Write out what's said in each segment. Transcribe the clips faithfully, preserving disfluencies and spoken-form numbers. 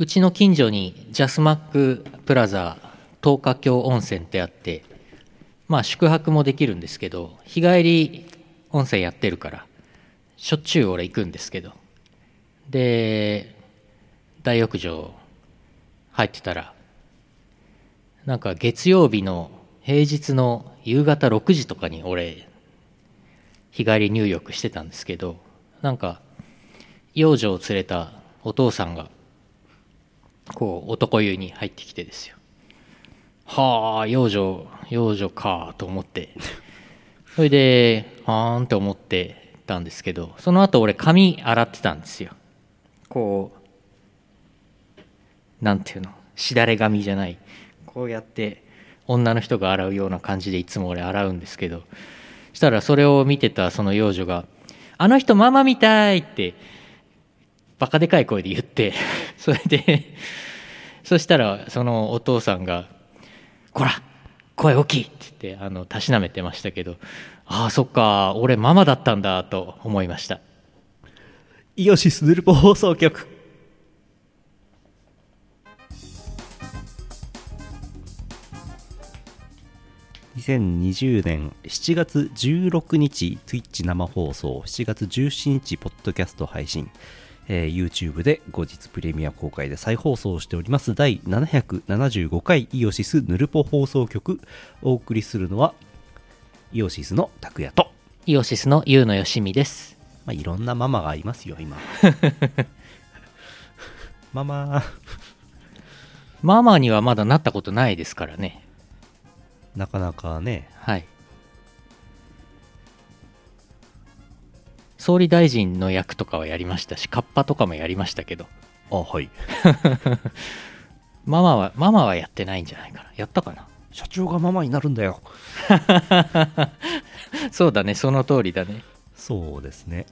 うちの近所にジャスマックプラザ東華峡温泉ってあって、まあ宿泊もできるんですけど、日帰り温泉やってるからしょっちゅう俺行くんですけど、で大浴場入ってたら、なんか月曜日の平日の夕方ろくじとかに俺日帰り入浴してたんですけど、なんか幼女を連れたお父さんがこう男湯に入ってきてですよ。はあ、幼女幼女かと思って、それではーんって思ってたんですけど、その後俺髪洗ってたんですよ。こうなんていうの、しだれ髪じゃない、こうやって女の人が洗うような感じでいつも俺洗うんですけど、したらそれを見てたその幼女が「あの人ママみたい」ってバカでかい声で言ってそれでそしたらそのお父さんが「こら声大きい」って言ってあのたしなめてましたけど、ああそっか俺ママだったんだと思いました。 イオシスヌルポ放送局。にせんにじゅうねんしちがつじゅうろくにち Twitch 生放送、しちがつじゅうしちにちポッドキャスト配信、えー、YouTube で後日プレミア公開で再放送しておりますだいななひゃくななじゅうごかいイオシスヌルポ放送局。お送りするのはイオシスの拓也とイオシスのユウのよしみです。 まあ、いろんなママがいますよ今ママママにはまだなったことないですからね。 なかなかね。 はい。総理大臣の役とかはやりましたし、カッパとかもやりましたけど。 あ、はいママはママはやってないんじゃないかな。やったかな。 社長がママになるんだよそうだね、その通りだね。 そうですね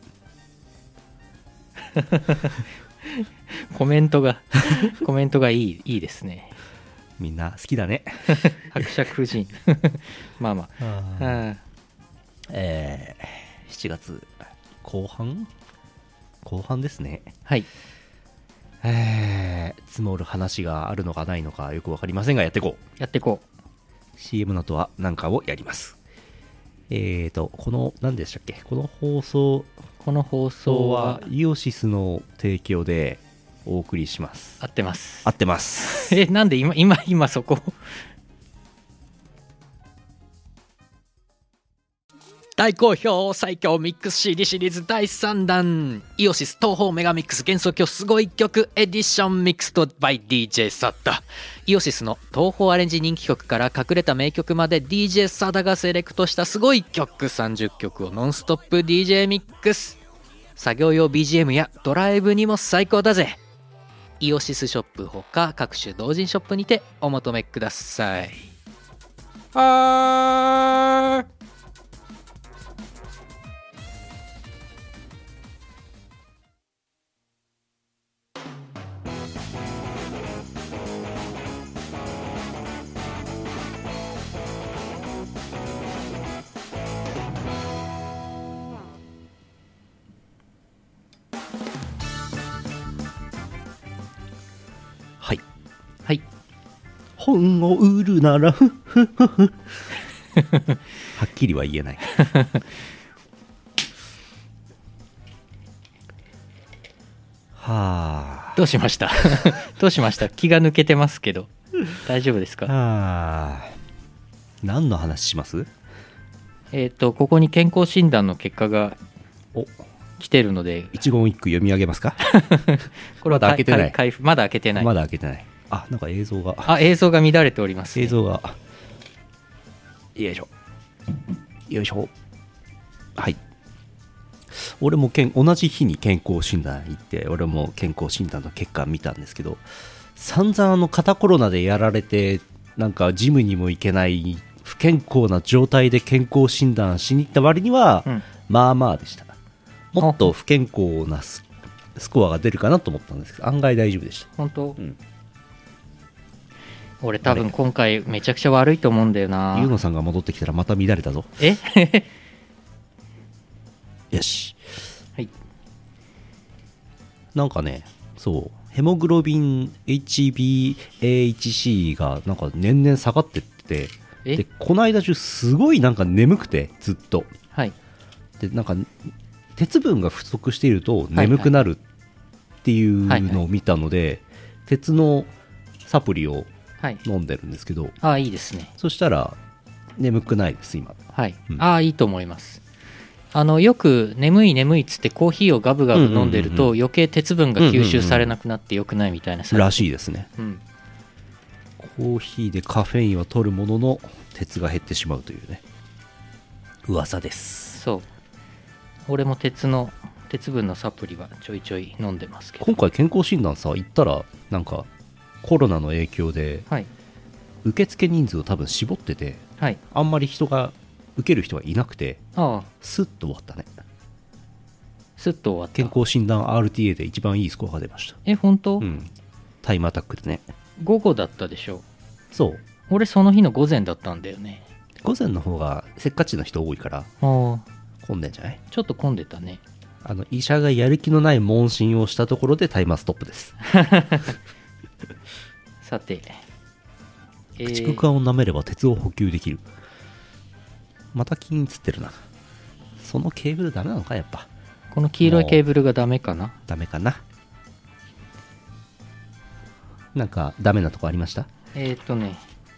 コメントがコメントがいいいいですね。 みんな好きだね伯爵夫人まあまあ、あえー、しちがつこう半後半ですね。 はい。 えー、積もる話があるのかないのかよく分かりませんがやっていこう。 やっていこう。 シーエム の後は何かをやります。えーとこの何でしたっけ、この放送この放送はイオシスの提供でお送りします。 合ってます。 合ってますえ、なんで今今今そこ大好評最強ミックス シーディー シリーズだいさんだん、イオシス東宝メガミックス幻想郷すごい曲エディションミックスト by ディージェー サダ。イオシスの東宝アレンジ人気曲から隠れた名曲まで ディージェー サダがセレクトしたすごい曲さんじゅっきょくをノンストップ ディージェー ミックス。作業用 ビージーエム やドライブにも最高だぜ。イオシスショップほか各種同人ショップにてお求めください。あーはいはい。 本を売るならふっふっふっふはっきりは言えないはあ。 どうしましたどうしました。気が抜けてますけど大丈夫ですか。 はあ。何の話します？ えっとここに健康診断の結果がお来てるので一言一句読み上げますかこれはまだ開けてない開封まだ開けてない。 まだ開けてない。あ、なんか映像があ、映像が乱れております、ね、 映像がよいしょよいしょ。はい。俺もけん同じ日に健康診断行って、俺も健康診断の結果見たんですけど、散々あの肩コロナでやられて、なんかジムにも行けない不健康な状態で健康診断しに行った割には、うん、まあまあでした。もっと不健康な ス, スコアが出るかなと思ったんですけど、案外大丈夫でした。 本当？ うん。 俺多分今回めちゃくちゃ悪いと思うんだよな。 ゆうのさんが戻ってきたらまた乱れたぞ。 えよし。 はい。 なんかね、そうヘモグロビン エイチビーエーエイチシー がなんか年々下がってってえでこの間中すごいなんか眠くてずっとはいでなんか鉄分が不足していると眠くなるっていうのを見たので、鉄のサプリをはい。 飲んでるんですけど、 ああ、いいですね。 そしたら眠くないです今。 はい。 うんああ、いいと思います。あのよく眠い眠いっつってコーヒーをガブガブ飲んでるとうんうんうんうん余計鉄分が吸収されなくなって良くないみたいならい。 しいですね。 うん。 コーヒーでカフェインは取るものの鉄が減ってしまうというね噂です。 そう。俺も鉄の鉄分のサプリはちょいちょい飲んでますけど。 今回健康診断さ行ったらなんかコロナの影響ではい受付人数を多分絞っててはい。 あんまり人が受ける人がいなくてああ、 スッと終わったね。 すっと終わった。 健康診断 アールティーエー で一番いいスコアが出ました。 え、本当？ うんタイムアタックでね。 午後だったでしょ。 そう俺その日の午前だったんだよね。 午前の方がせっかちの人多いからああ、 混んでんじゃない。 ちょっと混んでたね。 あの医者がやる気のない問診をしたところでタイマーストップです。 さて、えー駆逐艦を舐めれば鉄を補給できる。また金つってるな。そのケーブルダメなのかやっぱ。 この黄色いケーブルがダメかな。 ダメかな。なんかダメなとこありました？ えっ、ー、とね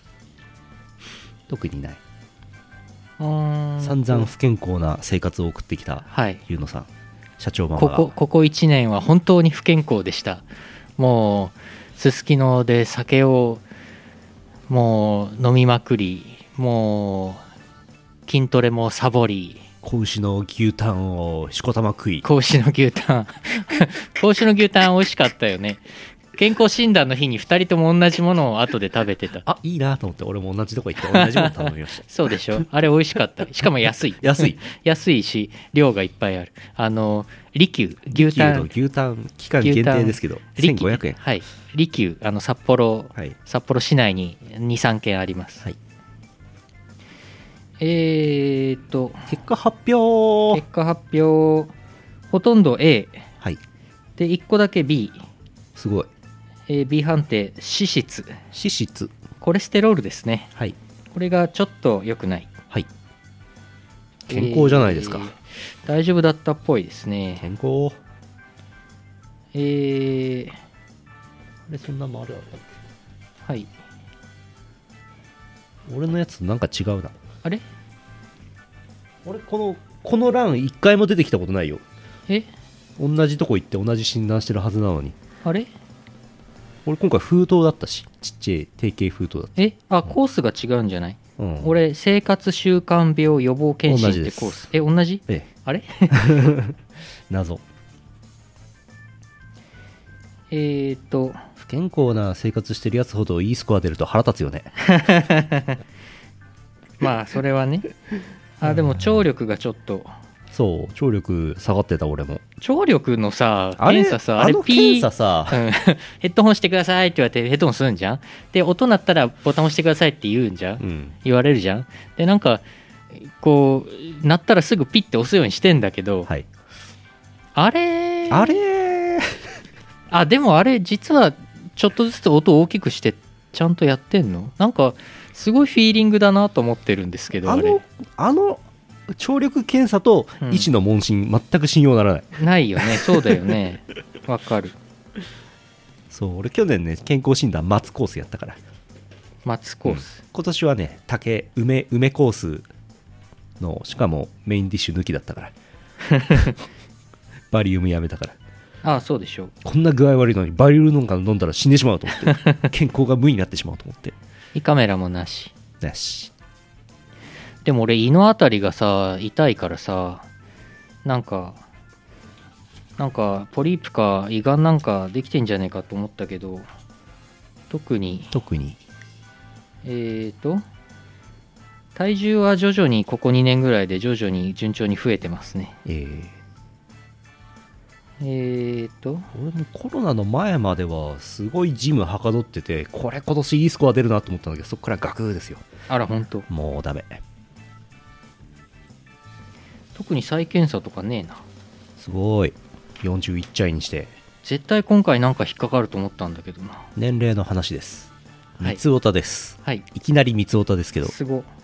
特にない。 うーん散々不健康な生活を送ってきたはいゆうのさん、社長ママがここここいちねんは本当に不健康でした。もうすすきので酒をもう飲みまくり、もう筋トレもサボり、 子牛の牛タンをしこたま食い。 子牛の牛タン子牛の牛タン美味しかったよね。健康診断の日にふたりとも同じものを後で食べてた。 あ、いいなと思って俺も同じとこ行って同じもの頼みました。 そうでしょ。あれ美味しかった。しかも安い安い安いし量がいっぱいある。あの利休牛タン牛タン期間限定ですけど利せんごひゃくえん。 はい、利休あの札幌、 はい札幌市内ににさんけんあります。 はい。 えーっと結果発表。 結果発表ほとんど A はい。 でいっこだけ B、 すごい。 えー B 判定脂質脂質。 コレステロールですね。 はいこれがちょっと良くない。 はい。健康じゃないですか。 えー大丈夫だったっぽいですね。 健康。 えー、 あれそんなもあるある。 はい。 俺のやつなんか違うな。 あれ俺このこの欄一回も出てきたことないよ。 え同じとこ行って同じ診断してるはずなのに。 あれ俺今回封筒だったし、ちっちゃい定型封筒だっえあ、コースが違うんじゃない？ た。うん、 俺、生活習慣病予防検診って同じですコース。え、同じええ、 あれ謎。 えーっと、 不健康な生活してるやつほどいいスコア出ると腹立つよね。 まあ、それはね。あ、でも、聴力がちょっと。 そう聴力下がってた俺も。 聴力のさ、 あれ検査さ、あれあのピー、 検査さ、 うんヘッドホンしてくださいって言われてヘッドホンするんじゃん。で、音鳴ったらボタン押してくださいって言うんじゃん。 うん、 言われるじゃん。で、なんか、こう、鳴ったらすぐピッて押すようにしてんだけど、 はい。 あれあれあ、でもあれ、実はちょっとずつ音を大きくして、ちゃんとやってんの？なんか、すごいフィーリングだなと思ってるんですけど、あれあの。あの聴力検査と医師の問診、全く信用ならない。 ないよね、そうだよね。わかる。 そう俺去年ね健康診断松コースやったから。 松コース。 今年はね竹梅梅コースのしかもメインディッシュ抜きだったからバリウムやめたから。 ああ、そうでしょう。 こんな具合悪いのにバリウム飲んだら死んでしまうと思って健康が無になってしまうと思って胃カメラもなし。 なし。 でも俺、胃のあたりがさ、痛いからさ、なんか、なんか、ポリープか胃がんなんかできてんじゃねえかと思ったけど、特に、 特にえーと、体重は徐々にここにねんぐらいで徐々に順調に増えてますね。 えー、 えーと、 俺もコロナの前まではすごいジムはかどっててこれ今年いいスコア出るなと思ったんだけどそこからガクーですよ。 あら、ほんと。 もうダメ。 特に再検査とかねえな。 すごいよんじゅういっちゃいにして絶対今回なんか引っかかると思ったんだけどな。 年齢の話です。 はい三つおたです、 はい、 いきなり三つおたですけど、 すご。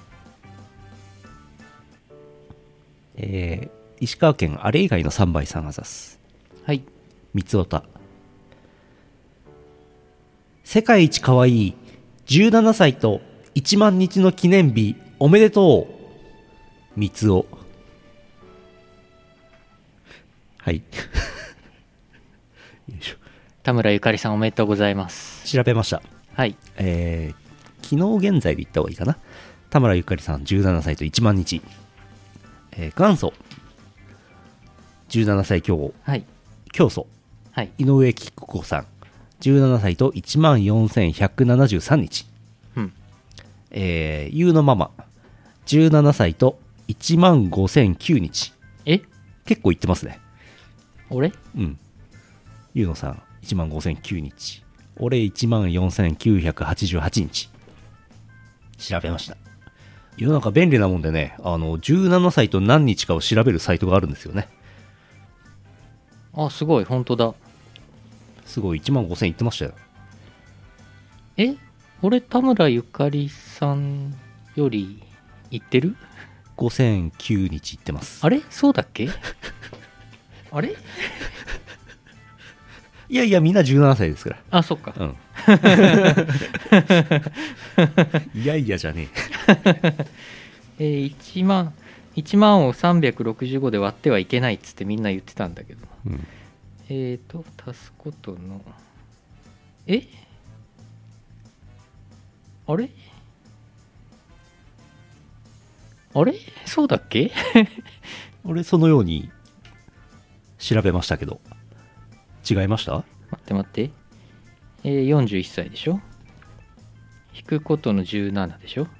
えー石川県あれ以外のさんばいさんあざす。 はい、 三つおた。世界一かわいいじゅうななさいといちまん日の記念日おめでとう。三つお。はいよいしょ。 田村ゆかりさんおめでとうございます。 調べました。 はい、 えー、昨日現在で言った方がいいかな。田村ゆかりさんじゅうななさいといちまん日、えー、元祖じゅうななさい強豪、 はい、 教祖はい、 井上貴子さんじゅうななさいといちまんよんせんひゃくななじゅうさん日、 うん、 えー、ゆうのママじゅうななさいといちまんごせんきゅう日。 え結構いってますね。 俺うんゆうのさんいちまんごせんきゅう日、俺いちまんよんせんきゅうひゃくはちじゅうはち日。調べました。世の中便利なもんでね、あのじゅうななさいと何日かを調べるサイトがあるんですよね。 あ、すごい、本当だ。 すごい、いちまんごせんいってましたよ。 え俺田村ゆかりさんよりいってる？ ごせんきゅう日いってます。 あれそうだっけあれいやいや、みんなじゅうななさいですから。 あ、そっか。 うんいやいやじゃねえー、いちまんいちまんをさんびゃくろくじゅうごで割ってはいけないっつってみんな言ってたんだけど、 え、うん、 えーと足すことのえあれあれそうだっけ俺そのように調べましたけど違いました？ 待って待って、えー、よんじゅういっさいでしょ、引くことのじゅうななでしょ、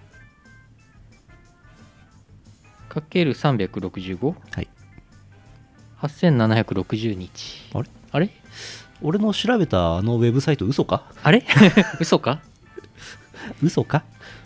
かけるさんびゃくろくじゅうご、 はい、 はっせんななひゃくろくじゅう日。 あれあれ俺の調べたあのウェブサイト嘘か？ あれ嘘か嘘か？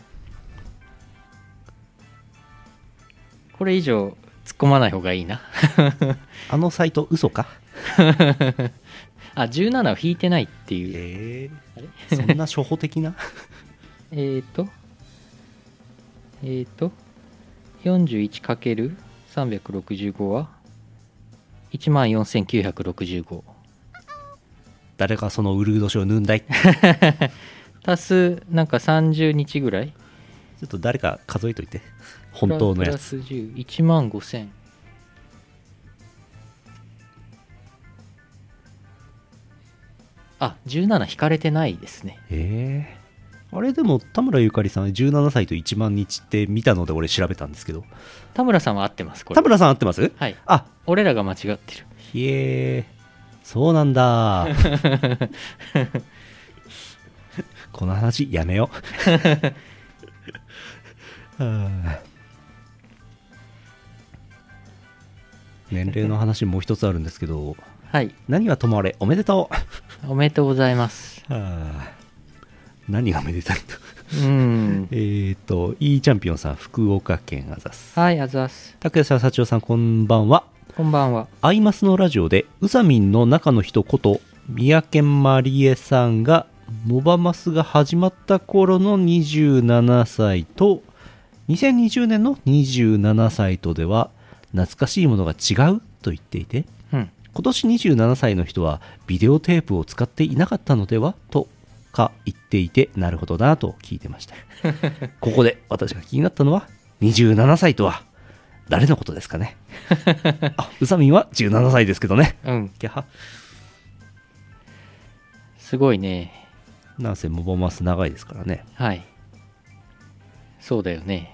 これ以上突っ込まない方がいいなあのサイト嘘か？ あ、じゅうななを引いてないっていう。 えあれー、そんな初歩的なえーとえーと よんじゅういちかけるさんびゃくろくじゅうご はいちまんよんせんきゅうひゃくろくじゅうご。 誰がそのウルード氏を縫うんだい？ち足すなんかさんじゅうにちぐらい、 ょっと誰か数えといて、本当のやつ。 プラスじゅう、いちまんごせん。あ、じゅうなな引かれてないですね。 えー、あれでも田村ゆかりさんじゅうななさいといちまん日って見たので俺調べたんですけど、 田村さんは合ってますこれ。 田村さん合ってます？ はい、 あ、 俺らが間違ってる。 ひえー、そうなんだこの話やめようはあ、年齢の話もう一つあるんですけど、 はい、 何はともあれおめでとおめでとうございます。 う、はあ、何がめでたいとうんえっと E チャンピオンさん福岡県あざす。 はい、あざす。 竹谷幸男さんこんばんは。 こんばんは。 アイマスのラジオでウサミンの中の人こと三宅まりえさんがモバマスが始まった頃のにじゅうななさいとにせんにじゅうねんのにじゅうななさいとでは懐かしいものが違うと言っていて、 うん、 今年にじゅうななさいの人はビデオテープを使っていなかったのではとか言っていて、なるほどなと聞いてましたここで私が気になったのはにじゅうななさいとは誰のことですかねあ、ウサミンはじゅうななさいですけどね。 うん。 キャハ。 すごいね。 なんせモバマス長いですからね。 はい。そうだよね。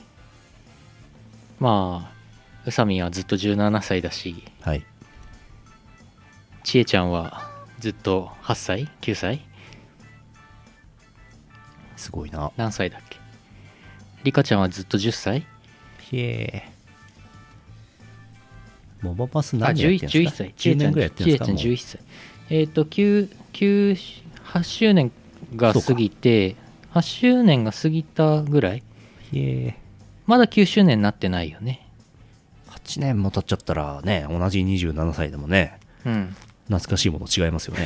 まあ、ウサミンはずっとじゅうななさいだし、 はい。 ちえちゃんはずっとはっさい ?きゅう 歳すごいな。 何歳だっけ。リカちゃんはずっとじゅっさい。 ひえー。モバマスあ、 何年やってん 11 ですか？ 歳。 じゅうねんぐらいやってんですか？ ちえちゃんじゅういっさい。えっ、ー、と、きゅう、きゅう、はっしゅうねんが過ぎて、はっしゅうねんが過ぎたぐらい。 ひえー。 まだきゅうしゅうねんになってないよね。 はちねんも経っちゃったらね、同じにじゅうななさいでもね、 うん。 懐かしいもの違いますよね。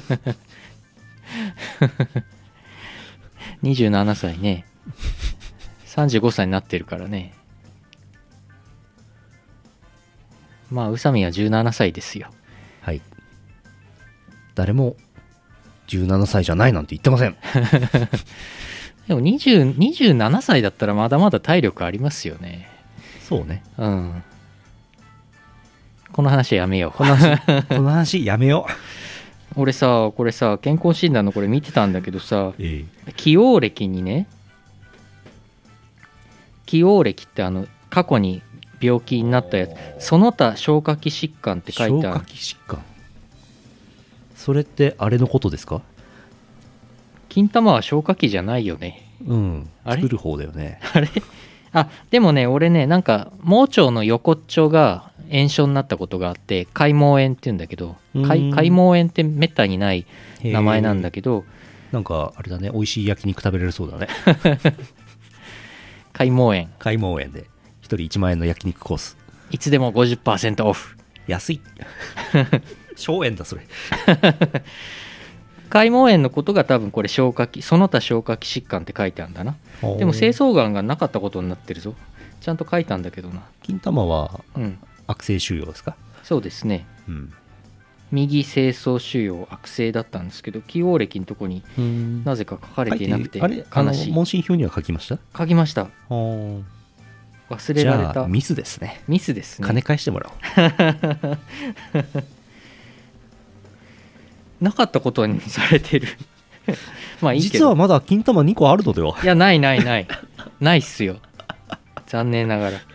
にじゅうななさいね。さんじゅうごさいになってるからね。まあ宇佐美はじゅうななさいですよ。 はい。誰もじゅうななさいじゃないなんて言ってません。 でもにじゅう、にじゅうななさいだったらまだまだ体力ありますよね。 そうね。 うん。この話はやめよう。 この話、この話やめよう。 俺さ、これさ、健康診断のこれ見てたんだけどさ、 ええ、 起用歴にね、起用歴ってあの過去に病気になったやつ、その他消化器疾患って書いてある。 消化器疾患。それってあれのことですか？ 金玉は消化器じゃないよね。 うん。 あれ作る方だよね。 あれあ、でもね、俺ね、なんか盲腸の横っちょが炎症になったことがあって、開毛炎って言うんだけど、開開毛炎ってめったにない名前なんだけど、 なんかあれだね、美味しい焼肉食べれるそうだね。 開毛炎。 開毛炎でひとりいちまん円の焼肉コース。 いつでも ごじゅっパーセント オフ。 安い。小円だそれ。 開毛炎のことが多分これ消化器、その他消化器疾患って書いてあるんだな。でも精巣がんがなかったことになってるぞ。ちゃんと書いたんだけどな。 金玉はうん悪性腫瘍ですか？ そうですね。 うん。 右精巣腫瘍悪性だったんですけど、起用歴のとこになぜか書かれていなくてあれ、あの悲しい。 問診票には書きました？ 書きました。 忘忘れられた。 ミスですね。 ミスですね。 金返してもらおう。 なかったことにされてる。まあいいけど。 実はまだ金玉にこあるのでは？ いや、ないないない。ないっすよ。残念ながら。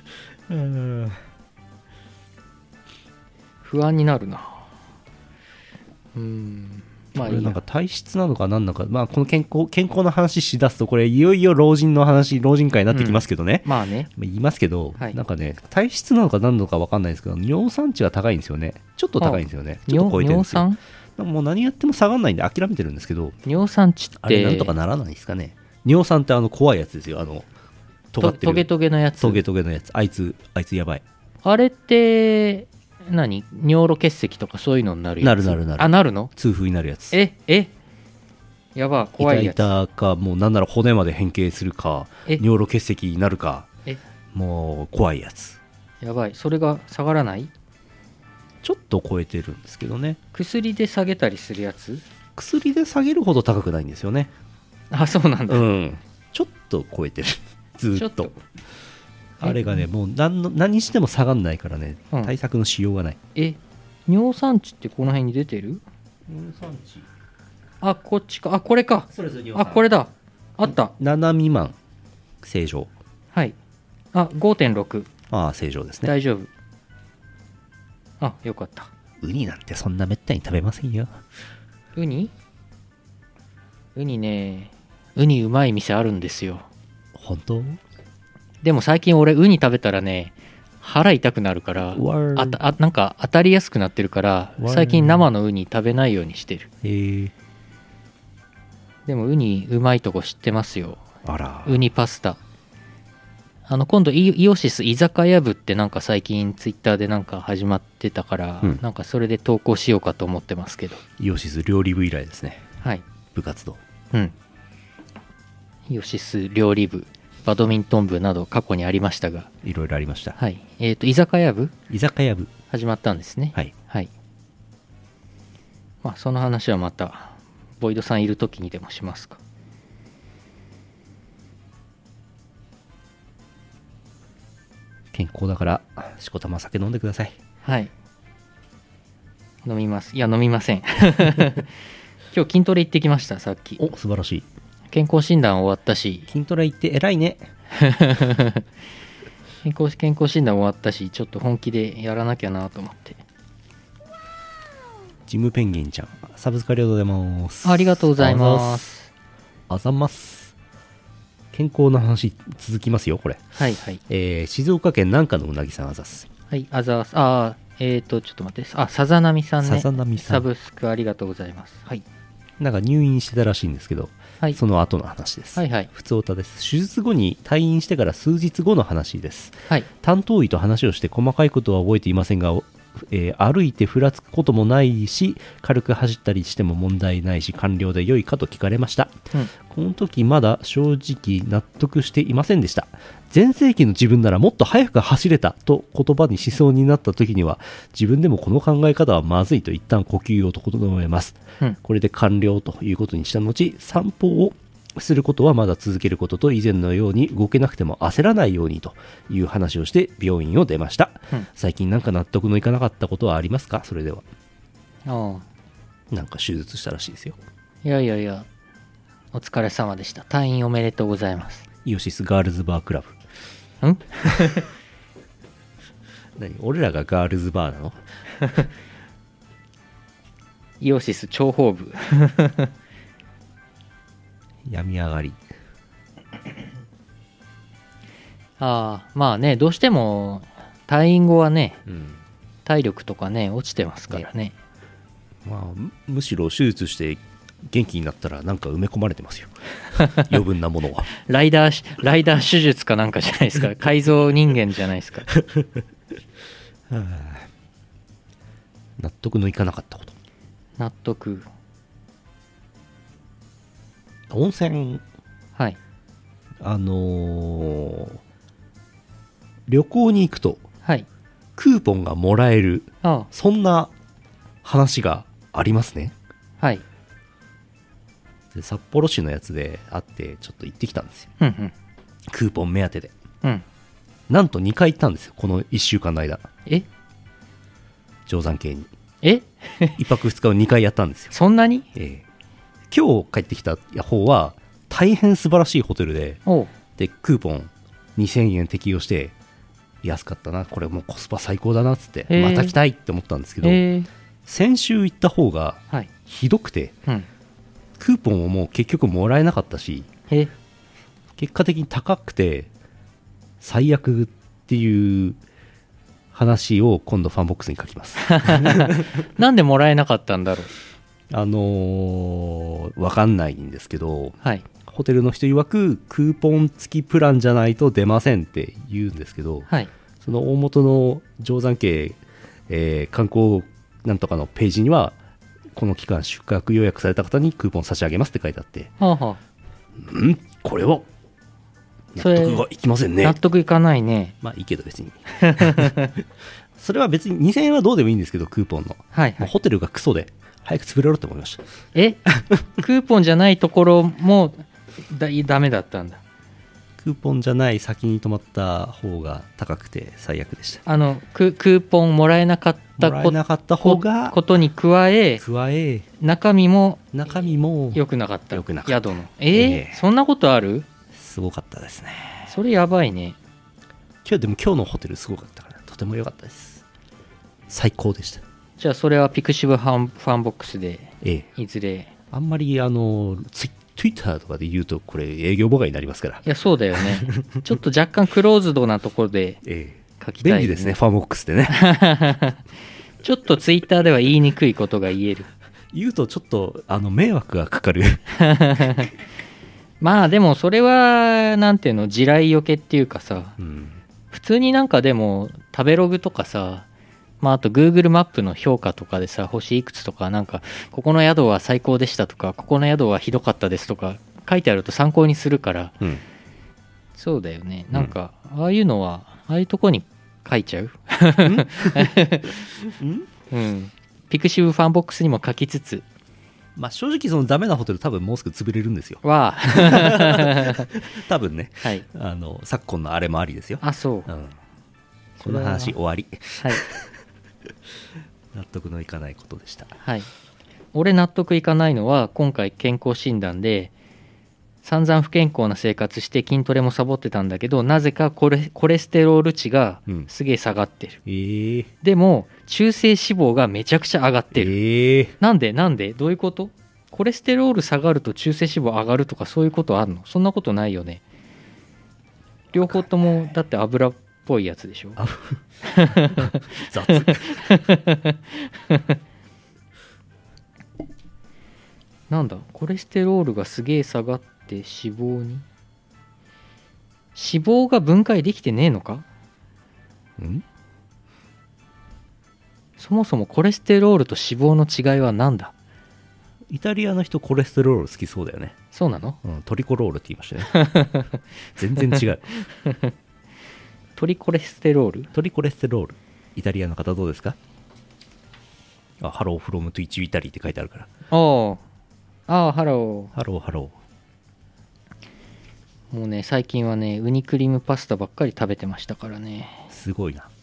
不安になるな。うーん。まあいいや。 なんか体質なのか何なのか、まあこの健康健康の話しだすとこれいよいよ老人の話、老人会になってきますけどね。 うん、まあね。 言いますけど、 はい、 なんかね体質なのか何なのか分かんないですけど、尿酸値が高いんですよね。ちょっと高いんですよね。ちょっと超えてるんですよ。尿酸？もう何やっても下がんないんで諦めてるんですけど。 尿酸値ってあれなんとかならないですかね。尿酸ってあの怖いやつですよ。あの尖ってるトゲトゲのやつ。 トゲトゲのやつ。あいつあいつやばい。 あれって何？尿路結石とかそういうのになるやつ？ なるなるなる。 あ、なるの？ 痛風になるやつ。 ええやば、怖いやつ。 痛々か、もうなんなら骨まで変形するか、尿路結石になるか、 えもう怖いやつ。 やばい。それが下がらない？ ちょっと超えてるんですけどね。 薬で下げたりするやつ？ 薬で下げるほど高くないんですよね。 あ、そうなんだ。 うん。ちょっと超えてる。ずっと。あれがね、もう 何, の何しても下がんないからね、うん、対策のしようがない。 え、尿酸値ってこの辺に出てる？ 尿酸値。 あ、こっちか。あ、これか。 それぞれあ、これだ。あった。 なな未満。正常。 はい。あ、ごてんろく。 ああ、正常ですね。 大丈夫。あ、よかった。 ウニなんてそんなめったに食べませんよ。 ウニ？ウニね、ウニうまい店あるんですよ。 本当？ でも最近俺ウニ食べたらね、腹痛くなるから、あたあなんか当たりやすくなってるから、最近生のウニ食べないようにしてる。 へー。 でもウニうまいとこ知ってますよ。 あら。 ウニパスタ。あの今度イイオシス居酒屋部ってなんか最近ツイッターでなんか始まってたから、うん、なんかそれで投稿しようかと思ってますけど。 イオシス料理部以来ですね。 はい。 部活動。 うん。イオシス料理部、バドミントン部など過去にありましたが。 いろいろありました。 はい。えっと居酒屋部？ 居酒屋部。 始まったんですね。 はい。 はい。まあその話はまたボイドさんいる時にでもしますか。 健康だからしこたま酒飲んでください。 はい。飲みます。いや飲みません。今日筋トレ行ってきました。さっき。 お、素晴らしい。 健康診断終わったし。 筋トレ行って偉いね。 健康健康診断終わったし、ちょっと本気でやらなきゃなと思って。 ジムペンギンちゃん、サブスクありがとうございます。 ありがとうございます。 あざます。健康の話続きますよ、これ。 はいはい。 えー、静岡県南下のうなぎさんあざす。 はい、あざす。あー、えーと、ちょっと待って。あ、さざなみさんね。 さざなみさん。 サブスクありがとうございます。はい。 なんか入院してたらしいんですけど、はい、その後の話です。 はいはい。 ふつおたです。手術後に退院してから数日後の話です。 はい。 担当医と話をして細かいことは覚えていませんが、 えー歩いてふらつくこともないし軽く走ったりしても問題ないし完了で良いかと聞かれました。 うんこの時まだ正直納得していませんでした。全盛期の自分ならもっと速く走れたと言葉にしそうになった時には自分でもこの考え方はまずいと一旦呼吸を整えます。 うんこれで完了ということにした後、散歩をすることはまだ続けることと以前のように動けなくても焦らないようにという話をして病院を出ました。 うん最近なんか納得のいかなかったことはありますか？それではああなんか手術したらしいですよ。 いやいやいや、お疲れ様でした。退院おめでとうございます。 イオシスガールズバークラブ。 ん何俺らがガールズバーなの？ イオシス諜報部。 病み上がり。 ああ、まあね、どうしても退院後はね、 うん体力とかね、落ちてますからね。 まあ、むむしろ手術して元気になったらなんか埋め込まれてますよ。余分なものは。 ライダーし、ライダー手術かなんかじゃないですか。改造人間じゃないですか。 納得のいかなかったこと。 納得。 温泉、 はい。 あのー旅行に行くとはい。 クーポンがもらえる、 あそんな話がありますね。 あ、はい。 で札幌市のやつであってちょっと行ってきたんですよ。 うんうん。 クーポン目当てで。 うん。 なんとにかい行ったんですよ、このいっしゅうかんの間。 え定山渓にえいっぱくふつかをにかいやったんですよ。 そんなにええ今日帰ってきた方は大変素晴らしいホテルで、 おう。 でクーポンにせんえん適用して安かったな、これもうコスパ最高だなっつってへえまた来たいって思ったんですけど、 えー、 先週行った方がはい。 ひどくてうん。 クーポンをもう結局もらえなかったし、 え結果的に高くて最悪っていう話を今度ファンボックスに書きます。 なんでもらえなかったんだろう。 あのー、わかんないんですけど、 はい。 ホテルの人曰くクーポン付きプランじゃないと出ませんって言うんですけど、 はい。 その大元の定山渓、えー観光なんとかのページにはこの期間宿泊予約された方にクーポン差し上げますって書いてあって、 はあはんこれは納それ得がいきませんあ、 ね。 納得いかないね。 まあいいけど別にそれは別ににせんえんはどうでもいいんですけど、クーポンの、 はいはい。 もうホテルがクソで早く潰れろって思いました。 えクーポンじゃないところもだダメだったんだ。 クーポンじゃない先に泊まった方が高くて最悪でした。 あのククーポンもらえなかったもらえこなかった方こがことに加え加え中身も中身も良くなかった良くなかった宿のえーええそんなことある？ すごかったですね。 それやばいね。 今日でも今日のホテルすごかったからとても良かったです。最高でした。 じゃあそれはピクシブファンファンボックスでええいずれ。 あんまりあのツイ Twitter とかで言うとこれ営業妨害になりますから、 いやそうだよね。ちょっと若干クローズドなところでええ書きたい、 便利ですね、ファンボックスでね。 ちょっとツイッターでは言いにくいことが言える。 言うとちょっとあの迷惑がかかる。 まあでもそれはなんていうの、地雷よけっていうかさ、 うん普通になんかでも食べログとかさ、まああと Google マップの評価とかでさ、星いくつとかなんかここの宿は最高でしたとかここの宿はひどかったですとか書いてあると参考にするから、 うんそうだよね。なんかああいうのはああいうとこに書いちゃう。うん。ピクシブファンボックスにも書きつつまあ正直そのダメなホテル多分もうすぐ潰れるんですよ。 は多分ね、 はい。 あの昨今のあれもありですよ。 あ、そう。 うん、この話終わり。 はい。 納得のいかないことでした。 はい。俺納得いかないのは今回健康診断で散々不健康な生活して筋トレもサボってたんだけど、なぜかコレコレステロール値がうんすげえ下がってる。 えー、 でも中性脂肪がめちゃくちゃ上がってる。 えー、 なんでなんでどういうこと？コレステロール下がると中性脂肪上がるとかそういうことあるの？そんなことないよね。両方ともだって油っぽいやつでしょ。 あ雑。 なんだコレステロールがすげえ下がって脂肪に脂肪が分解できてねえのか？ んそもそもコレステロールと脂肪の違いは何だ？ イタリアの人コレステロール好きそうだよね。 そうなの？ うん、トリコロールって言いましたね。全然違う。 トリコレステロール？ トリコレステロール。イタリアの方どうですか？あ、ハローフロムトゥイチイタリーって書いてあるから。 ああ、ああ、ハロハローハロー。もうね、最近はね、ウニクリームパスタばっかり食べてましたからね。 ー。すごいな。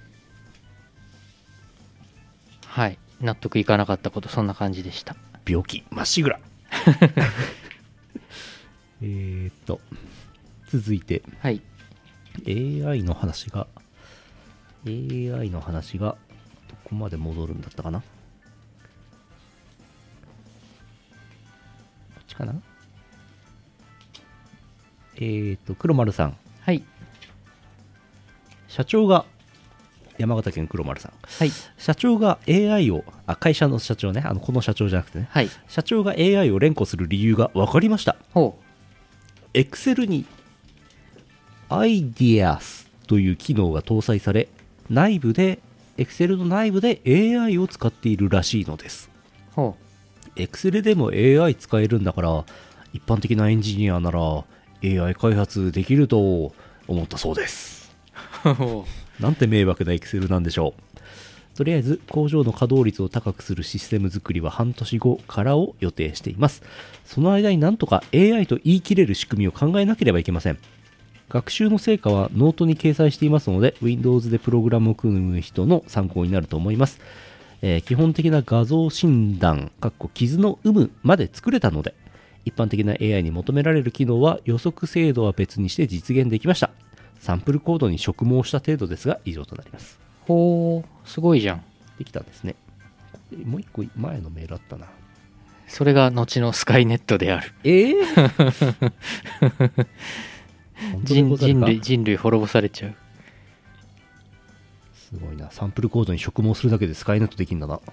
はい。納得いかなかったこと、そんな感じでした。 病気まっしぐら。えーっと、続いて、 はい。 エーアイ の話が、エーアイ の話が、どこまで戻るんだったかな？こっちかな？えーっと、黒丸さん。 はい。 社長が、山形県黒丸さん。 はい。 社長が エーアイ を、あ、会社の社長ね、あの、この社長じゃなくてね。 はい。 社長が エーアイ を連呼する理由が分かりました。 ほう。 Excel に Ideas という機能が搭載され、内部で Excel の内部で エーアイ を使っているらしいのです。 ほう Excel でも エーアイ 使えるんだから、一般的なエンジニアなら エーアイ 開発できると思ったそうです。なんて迷惑な Excel なんでしょう。とりあえず工場の稼働率を高くするシステム作りは半年後からを予定しています。その間になんとか エーアイ と言い切れる仕組みを考えなければいけません。学習の成果はノートに掲載していますので Windows でプログラムを組む人の参考になると思います。えー、基本的な画像診断傷の有無まで作れたので、一般的な エーアイ に求められる機能は予測精度は別にして実現できました。サンプルコードに植毛した程度ですが以上となります。 ほう、すごいじゃん。 できたんですね。もう一個前のメールあったな。 それが後のスカイネットである。 ええー、 人, 人類人類滅ぼされちゃう。 すごいな。サンプルコードに植毛するだけでスカイネットできるんだな。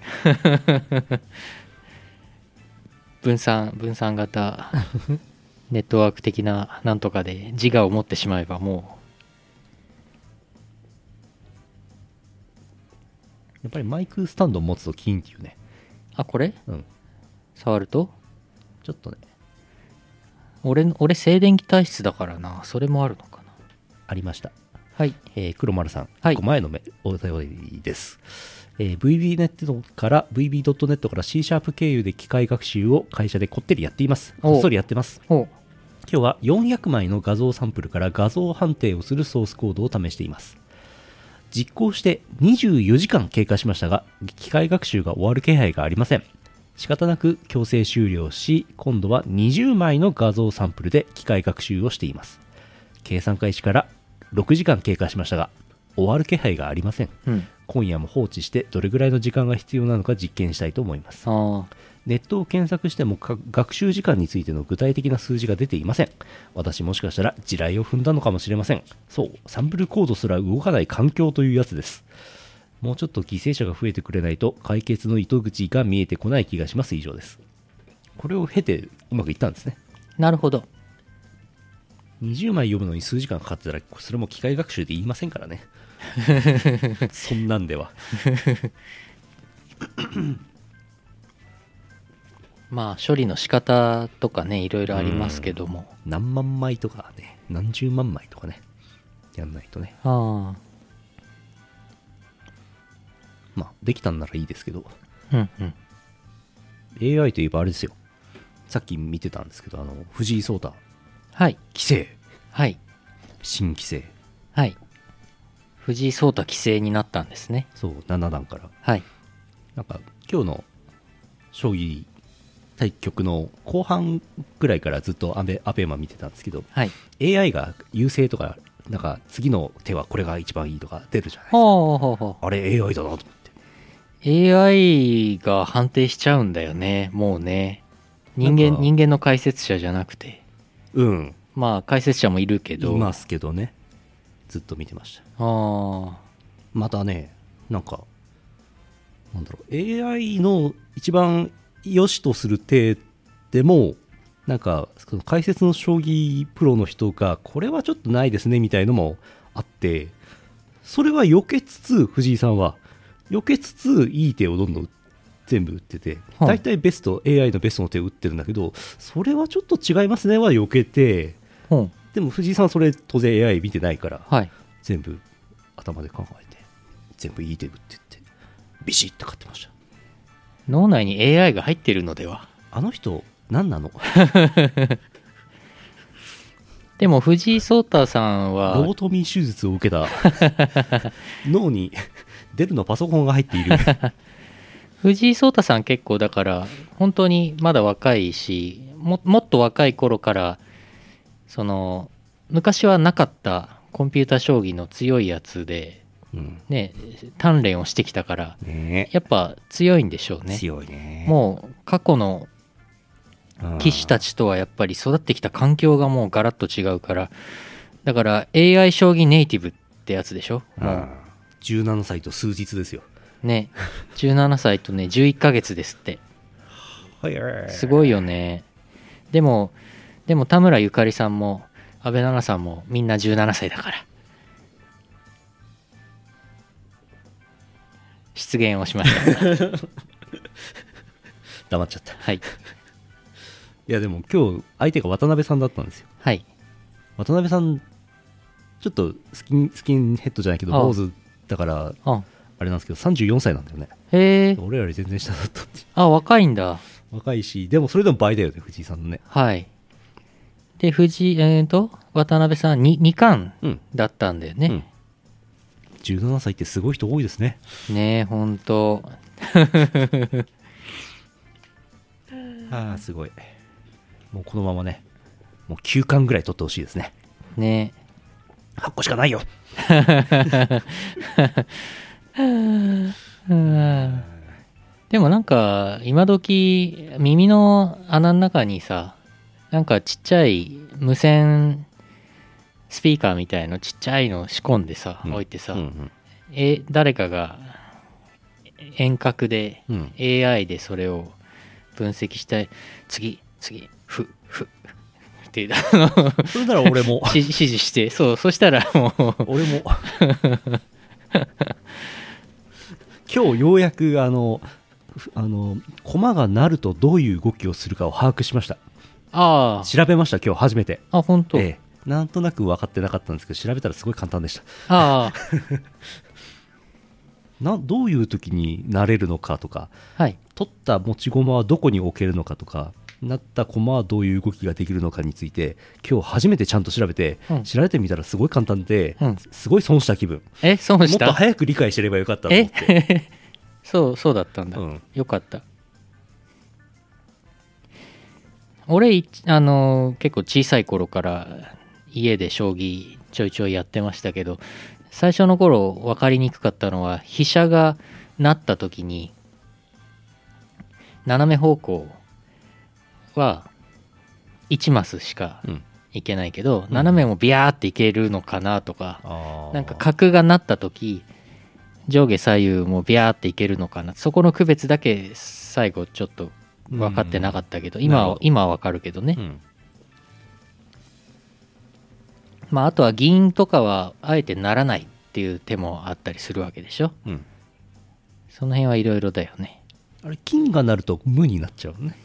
分散分散型ネットワーク的ななんとかで自我を持ってしまえばもう。 やっぱりマイクスタンドを持つとキーンっていうね。 あ、これ？ うん。 触るとちょっとね。 俺、俺静電気体質だからな。それもあるのかな。 ありました。 はい。 えー、黒丸さん。 はい。 いっこまえのお便りです。えー、ブイビーネット から、ブイビードットネット から C シャープ経由で機械学習を会社でこってりやっています。こっそりやってます。 おう。 今日はよんひゃくまいの画像サンプルから画像判定をするソースコードを試しています。実行してにじゅうよじかん経過しましたが、機械学習が終わる気配がありません。仕方なく強制終了し、今度はにじゅうまいの画像サンプルで機械学習をしています。計算開始からろくじかん経過しましたが、終わる気配がありません。うん、今夜も放置してどれぐらいの時間が必要なのか実験したいと思います。あネットを検索しても学習時間についての具体的な数字が出ていません。私もしかしたら地雷を踏んだのかもしれません。そう、サンプルコードすら動かない環境というやつです。もうちょっと犠牲者が増えてくれないと解決の糸口が見えてこない気がします。以上です。これを経てうまくいったんですね。 なるほど。 にじゅうまい読むのに数時間かかってたらそれも機械学習で言いませんからね。そんなんでは。 まあ処理の仕方とかねいろいろありますけども、 何万枚とかね何十万枚とかねやんないとね。 ああ、 まあできたんならいいですけど、 うんうん、 エーアイ といえばあれですよ。さっき見てたんですけど、あの藤井聡太、 はい、 棋聖、 はい、 新棋聖、 はい、藤井聡太棋聖になったんですね。 そうななだんから。 はい。 なんか今日の将棋対局の後半ぐらいからずっとアベアベマ見てたんですけど、 はい、 エーアイ が優勢とかなんか次の手はこれが一番いいとか出るじゃないですか。 ほうほうほう。 あれ エーアイ だなと思って。 エーアイ が判定しちゃうんだよね。もうね。人間人間の解説者じゃなくて。 うん。 まあ解説者もいるけど。 いますけどね。ずっと見てました。 ああ。 またね、なんかなんだろう エーアイ の一番良しとする手でもなんかその解説の将棋プロの人がこれはちょっとないですねみたいのもあって、それは避けつつ藤井さんは避けつついい手をどんどん全部打ってて、 はい大体ベスト エーアイ のベストの手を打ってるんだけど、それはちょっと違いますねは避けて、 ほうでも藤井さんはそれ当然 エーアイ 見てないからはい。 全部頭で考えて全部いい手打ってってビシッと勝ってました。 脳内に エーアイ が入ってるのでは。 あの人何なの？ でも藤井聡太さんロはボトミー手術を受けた脳にデルのパソコンが入っている。 藤井聡太さん結構だから本当にまだ若いし、ももっと若い頃からその昔はなかったコンピュータ将棋の強いやつでうんね鍛錬をしてきたからねやっぱ強いんでしょうね。 強いね。 もう過去の棋士たちとはやっぱり育ってきた環境がもうガラッと違うから、だから エーアイ 将棋ネイティブってやつでしょ。もうじゅうななさいと数日ですよ。 ねじゅうななさいとねじゅういっかげつですって。すごいよね。でもでも田村ゆかりさんも安倍奈々さんもみんなじゅうななさいだから失言をしました黙っちゃった。 はいいやでも今日相手が渡辺さんだったんですよ。 はい。 渡辺さんちょっとスキンスキンヘッドじゃないけどああ坊主だからああれなんですけどさんじゅうよんさいなんだよね。 へえ。 俺らより全然下だったっていう。 あ若いんだ。 若いしでもそれでも倍だよね藤井さんのね。 はい。で藤井えー、と渡辺さん 2, 2冠うんだったんだよね。 うん、じゅうななさいってすごい人多いですね。 ねえほんとああすごい。もうこのままねもうきゅう冠ぐらい取ってほしいですね。 ねはっこしかないよ。 うんでもなんか今時耳の穴の中にさなんかちっちゃい無線スピーカーみたいのちっちゃいの仕込んでさ、 うん置いてさ、 うんうんえ誰かが遠隔でうんエーアイ でそれを分析して次次ふふってあのそれなら俺も指指示してそうそしたらもう俺も今日ようやくあのあの駒が鳴るとどういう動きをするかを把握しました。 あ調べました今日初めて。 ああ本当、 ええ、なんとなく分かってなかったんですけど調べたらすごい簡単でした。 ああなどういう時になれるのかとかはい取った持ち駒はどこに置けるのかとかなった駒はどういう動きができるのかについて今日初めてちゃんと調べて、 うん、 調べてみたらすごい簡単で、 うん、 すごい損した気分。 え損もっしたと早く理解してればよかったと思って。 えそうそうだったんだ、 うん、 よかった。俺あの結構小さい頃から家で将棋ちょいちょいやってましたけど最初の頃分かりにくかったのは飛車が成った時に斜め方向はいちマスしかいけないけど、うん、斜めもビャーっていけるのかなとか、うん、なんか角が成った時上下左右もビャーっていけるのかな、そこの区別だけ最後ちょっと分かってなかったけど、うん、今は今は分かるけどね、うん、まああとは銀とかはあえてならないっていう手もあったりするわけでしょ、うん、その辺はいろいろだよね。 あれ金がなると無になっちゃうね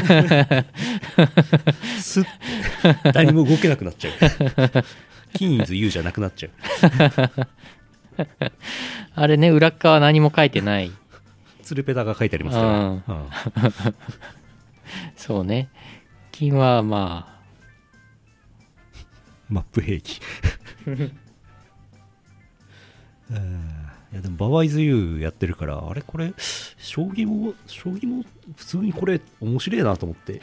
すっ何も動けなくなっちゃう金イズユーじゃなくなっちゃうあれね裏側何も書いてないツルペタが書いてありますから、うんうん、 そうね金はまあマップ兵器いやでもババイズユーやってるからあれこれ将棋も将棋も普通にこれ面白いなと思って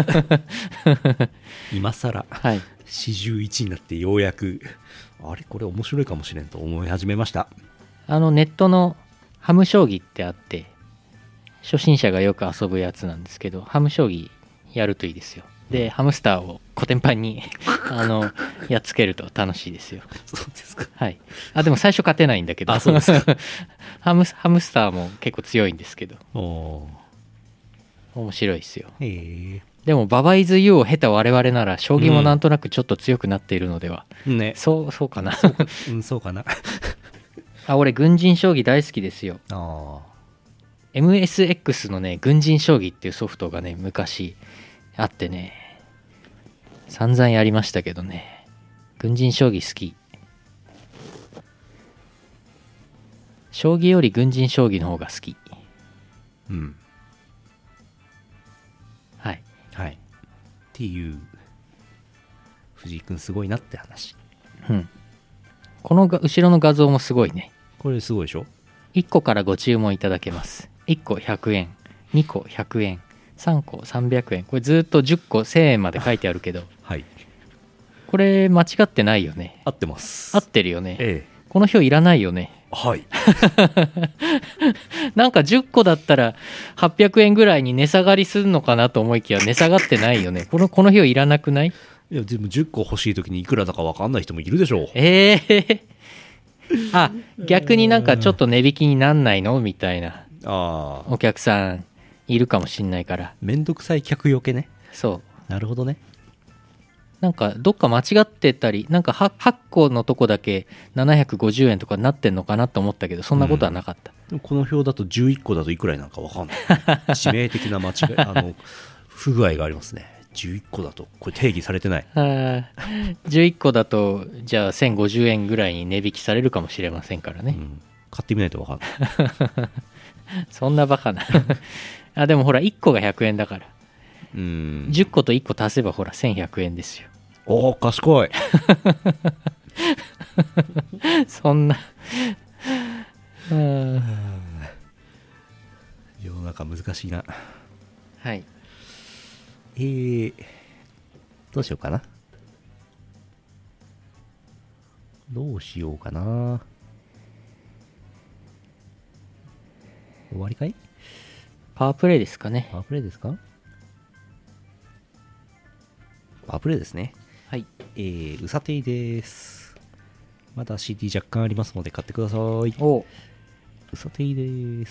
今更はいよんじゅういちになってようやくあれこれ面白いかもしれんと思い始めました。 あのネットのハム将棋ってあって初心者がよく遊ぶやつなんですけどハム将棋やるといいですよ。でハムスターをコテンパンにあのやっつけると楽しいですよ。 そうですか。 はい。あでも最初勝てないんだけど。 あそうですかハムハムスターも結構強いんですけど。 お面白いですよ。 へえ。 でもババイズユーを経た我々なら将棋もなんとなくちょっと強くなっているのでは。 うん、ね。 そうそうかな。 うんそうかな。 あ、俺軍人将棋大好きですよ。 あエムエスエックス のね軍人将棋っていうソフトがね昔あってね、散々やりましたけどね、軍人将棋好き。将棋より軍人将棋の方が好き。 うんはいはいっていう藤井君すごいなって話。 うん。このが後ろの画像もすごいね。 これすごいでしょ。 いっこからご注文いただけます。いっこひゃくえん、にこひゃくえん、さんこさんびゃくえん、これずっとじゅっこせんえんまで書いてあるけど、 はいこれ間違ってないよね。 合ってます。 合ってるよね。 ええこの表いらないよね。 はいなんかじゅっこだったらはっぴゃくえんぐらいに値下がりするのかなと思いきや値下がってないよね。このこの表いらなくない？ いやでもじゅっこ欲しい時にいくらだか分かんない人もいるでしょう。 ええー、あ、逆になんかちょっと値引きになんないのみたいなああお客さんいるかもしんないから。 めんどくさい客よけね。 そうなるほどね。 なんかどっか間違ってたり、なんか はっこのとこだけななひゃくごじゅうえんとかなってんのかなと思ったけど、そんなことはなかった。 でもこの表だとじゅういっこだといくらになるか分かんない致命的な間違いあの不具合がありますね。じゅういっこだとこれ定義されてない。 あーじゅういっこだとじゃあせんごじゅうえんぐらいに値引きされるかもしれませんからね、 うん、買ってみないと分かんないそんなバカなあ、でもほらいっこがひゃくえんだから、 うんじゅっこといっこ足せばほらせんひゃくえんですよ。 おお賢いそんなうん世の中難しいな。 はいえー、どうしようかな。どうしようかな。終わりかい？ パワープレイですかね。 パワープレイですか？パワープレイですね。 はい。 えー、うさていです。まだ シーディー 若干ありますので買ってください。 おうさていです。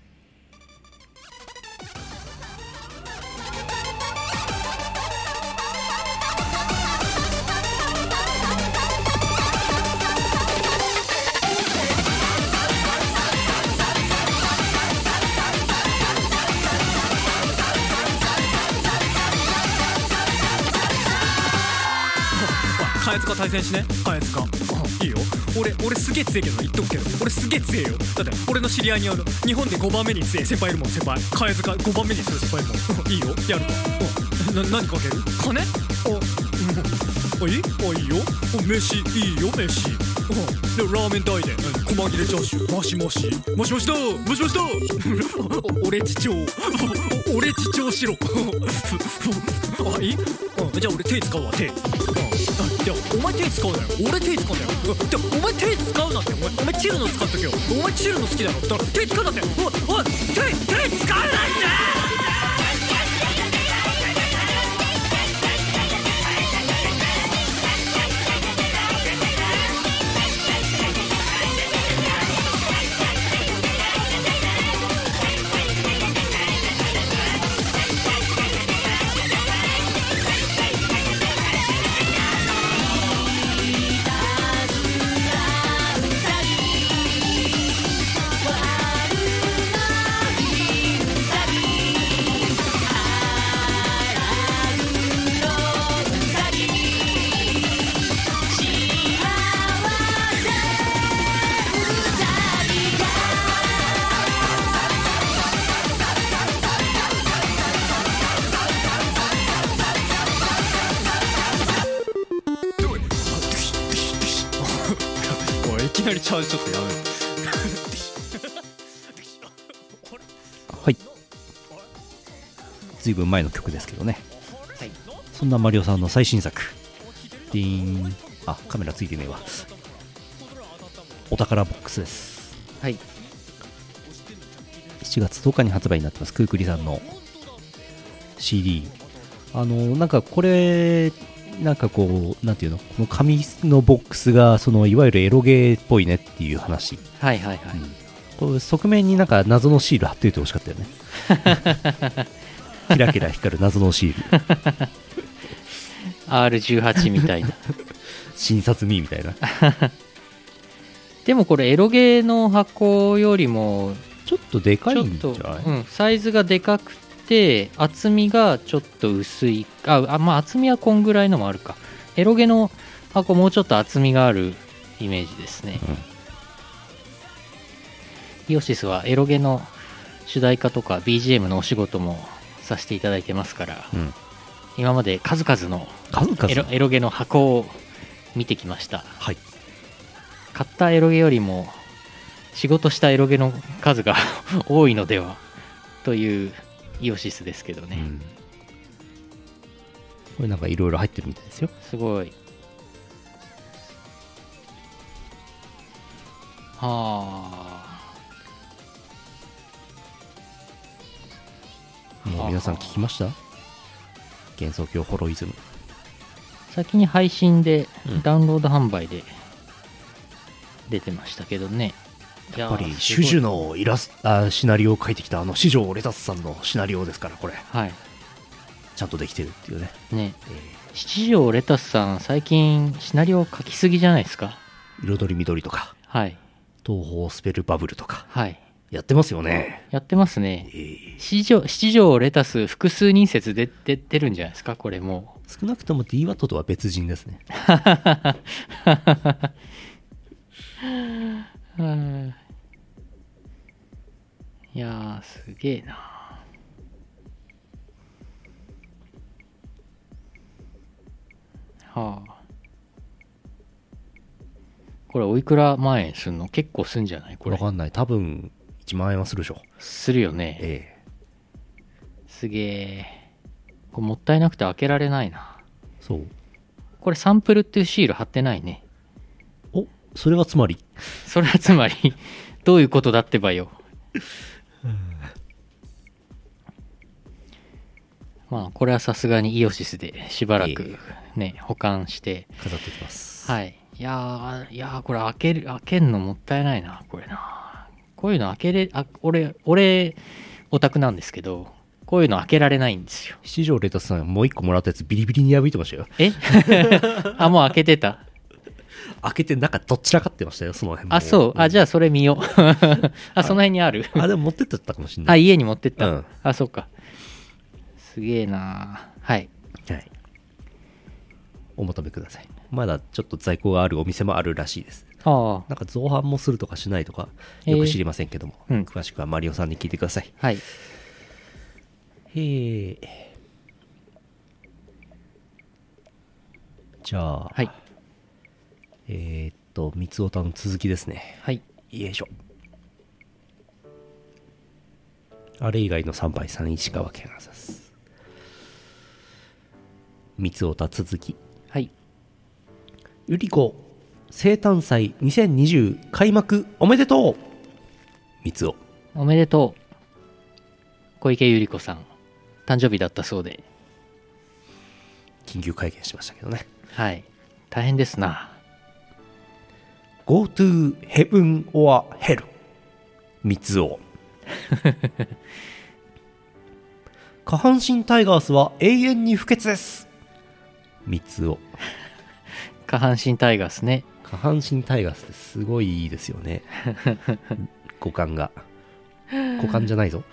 カエツカ対戦しね。カエツカいいよ。俺俺すげえ強いけど言っとくけど、俺すげえ強いよ。だって俺の知り合いにある日本でごばんめに強い先輩いるもん。先輩カエツカごばんめに強い先輩いるもんいいよやるか。な何かける？金？おおいい？おいいよ。お飯いいよ飯。でラーメン代で細切れチャーシューマシマシマシマシだマシマシだ俺父長俺父長しろあいい？じゃあ俺手使うわ手。じゃあお前手使うなよ。俺手使うんだよ。じゃあお前手使うなって。お前お前チルの使っとけよ。お前チルの好きだろ。だから手使うなって。おいおい手手使うなって。いきなりチャージちょっとやめるはい。ずいぶん前の曲ですけどね。 はい。 そんなマリオさんの最新作。ディーン。あ、カメラついてねえわ。お宝ボックスです。 はい。 しちがつとおかに発売になってます。クークリさんの シーディー。あの、なんかこれ、なんかこう、なんていうの、この紙のボックスが、そのいわゆるエロゲーっぽいねっていう話。 はいはいはい。 うん、これ側面になんか謎のシール貼っておいてほしかったよね。キラキラ光る謎のシール。 アールじゅうはち みたいな。 診察ミーみたいな。 でもこれエロゲの箱よりもちょっとでかちょっいんじゃない？ と、うん、サイズがでかくて厚みがちょっと薄い、ああまあ厚みはこんぐらいのもあるか。エロゲの箱もうちょっと厚みがあるイメージですね。イオシスはエロゲの主題歌とか ビージーエム のお仕事もさせていただいてますから、 うん、 今まで数々の数々 エロエロゲの箱を見てきました。 はい。 買ったエロゲよりも仕事したエロゲの数が多いのではというイオシスですけどね、うん、 これなんかいろいろ入ってるみたいですよ。 すごい。はあ、もう皆さん聞きました？幻想郷ホロイズム先に配信で、うん、ダウンロード販売で出てましたけどね。 やっぱり種々のイラスあシナリオを書いてきたあの四条レタスさんのシナリオですから、これ、 はい、 ちゃんとできてるっていうね。 ね、えー、七条レタスさん最近シナリオ書きすぎじゃないですか。 彩り緑とか、 はい、 東方スペルバブルとか、 はい、 やってますよね。 やってますね。えー、七条七条レタス複数人説で出てるんじゃないですか、これもう。 少なくとも ディーワット とは別人ですね。 いやーすげえな。はあ、これおいくら万円すんの？結構すんじゃないこれ。 わかんない。多分いちまん円はするでしょ。 するよね。 ええ。 すげえ。これもったいなくて開けられないな。 そう。 これサンプルっていうシール貼ってないね。 お、それはつまりそれはつまりどういうことだってばよ。まあこれはさすがにイオシスでしばらくね、えー、保管して飾っておきます。 はい。いやーいやーこれ開ける開けんのもったいないな、これな。こういうの開けれあ俺俺オタクなんですけど、こういうの開けられないんですよ。 七条レタスさんもう一個もらったやつビリビリに破いてましたよ。 えあ、もう開けてた。 開けて中どっちらかってましたよ、その辺も。 あ、そう。あ、じゃあそれ見よう。あ、その辺にある。 あ、でも持ってってったかもしれない。 あ、家に持ってった。 うん、あ、 そうか。すげえな。はい。 はい。お求めください。まだちょっと在庫があるお店もあるらしいです。 ああ。 なんか造反もするとかしないとかよく知りませんけども、えーうん、詳しくはマリオさんに聞いてください。 はい。 へえ。じゃあ、 はい、 えー、っと三つおたの続きですね。 はい。 よいしょ。あれ以外のさんばいさん石川県あざす。三つおた続き。 はい。 ゆりこ生誕祭にせんにじゅう開幕おめでとう。三つお。 おめでとう。小池百合子さん誕生日だったそうで緊急会見しましたけどね。 はい。大変ですな。 Go to heaven or hell 三つお。下半身タイガースは永遠に不潔です三つお。 下半身タイガースね。 下半身タイガースってすごいいいですよね。五感が五感じゃないぞ。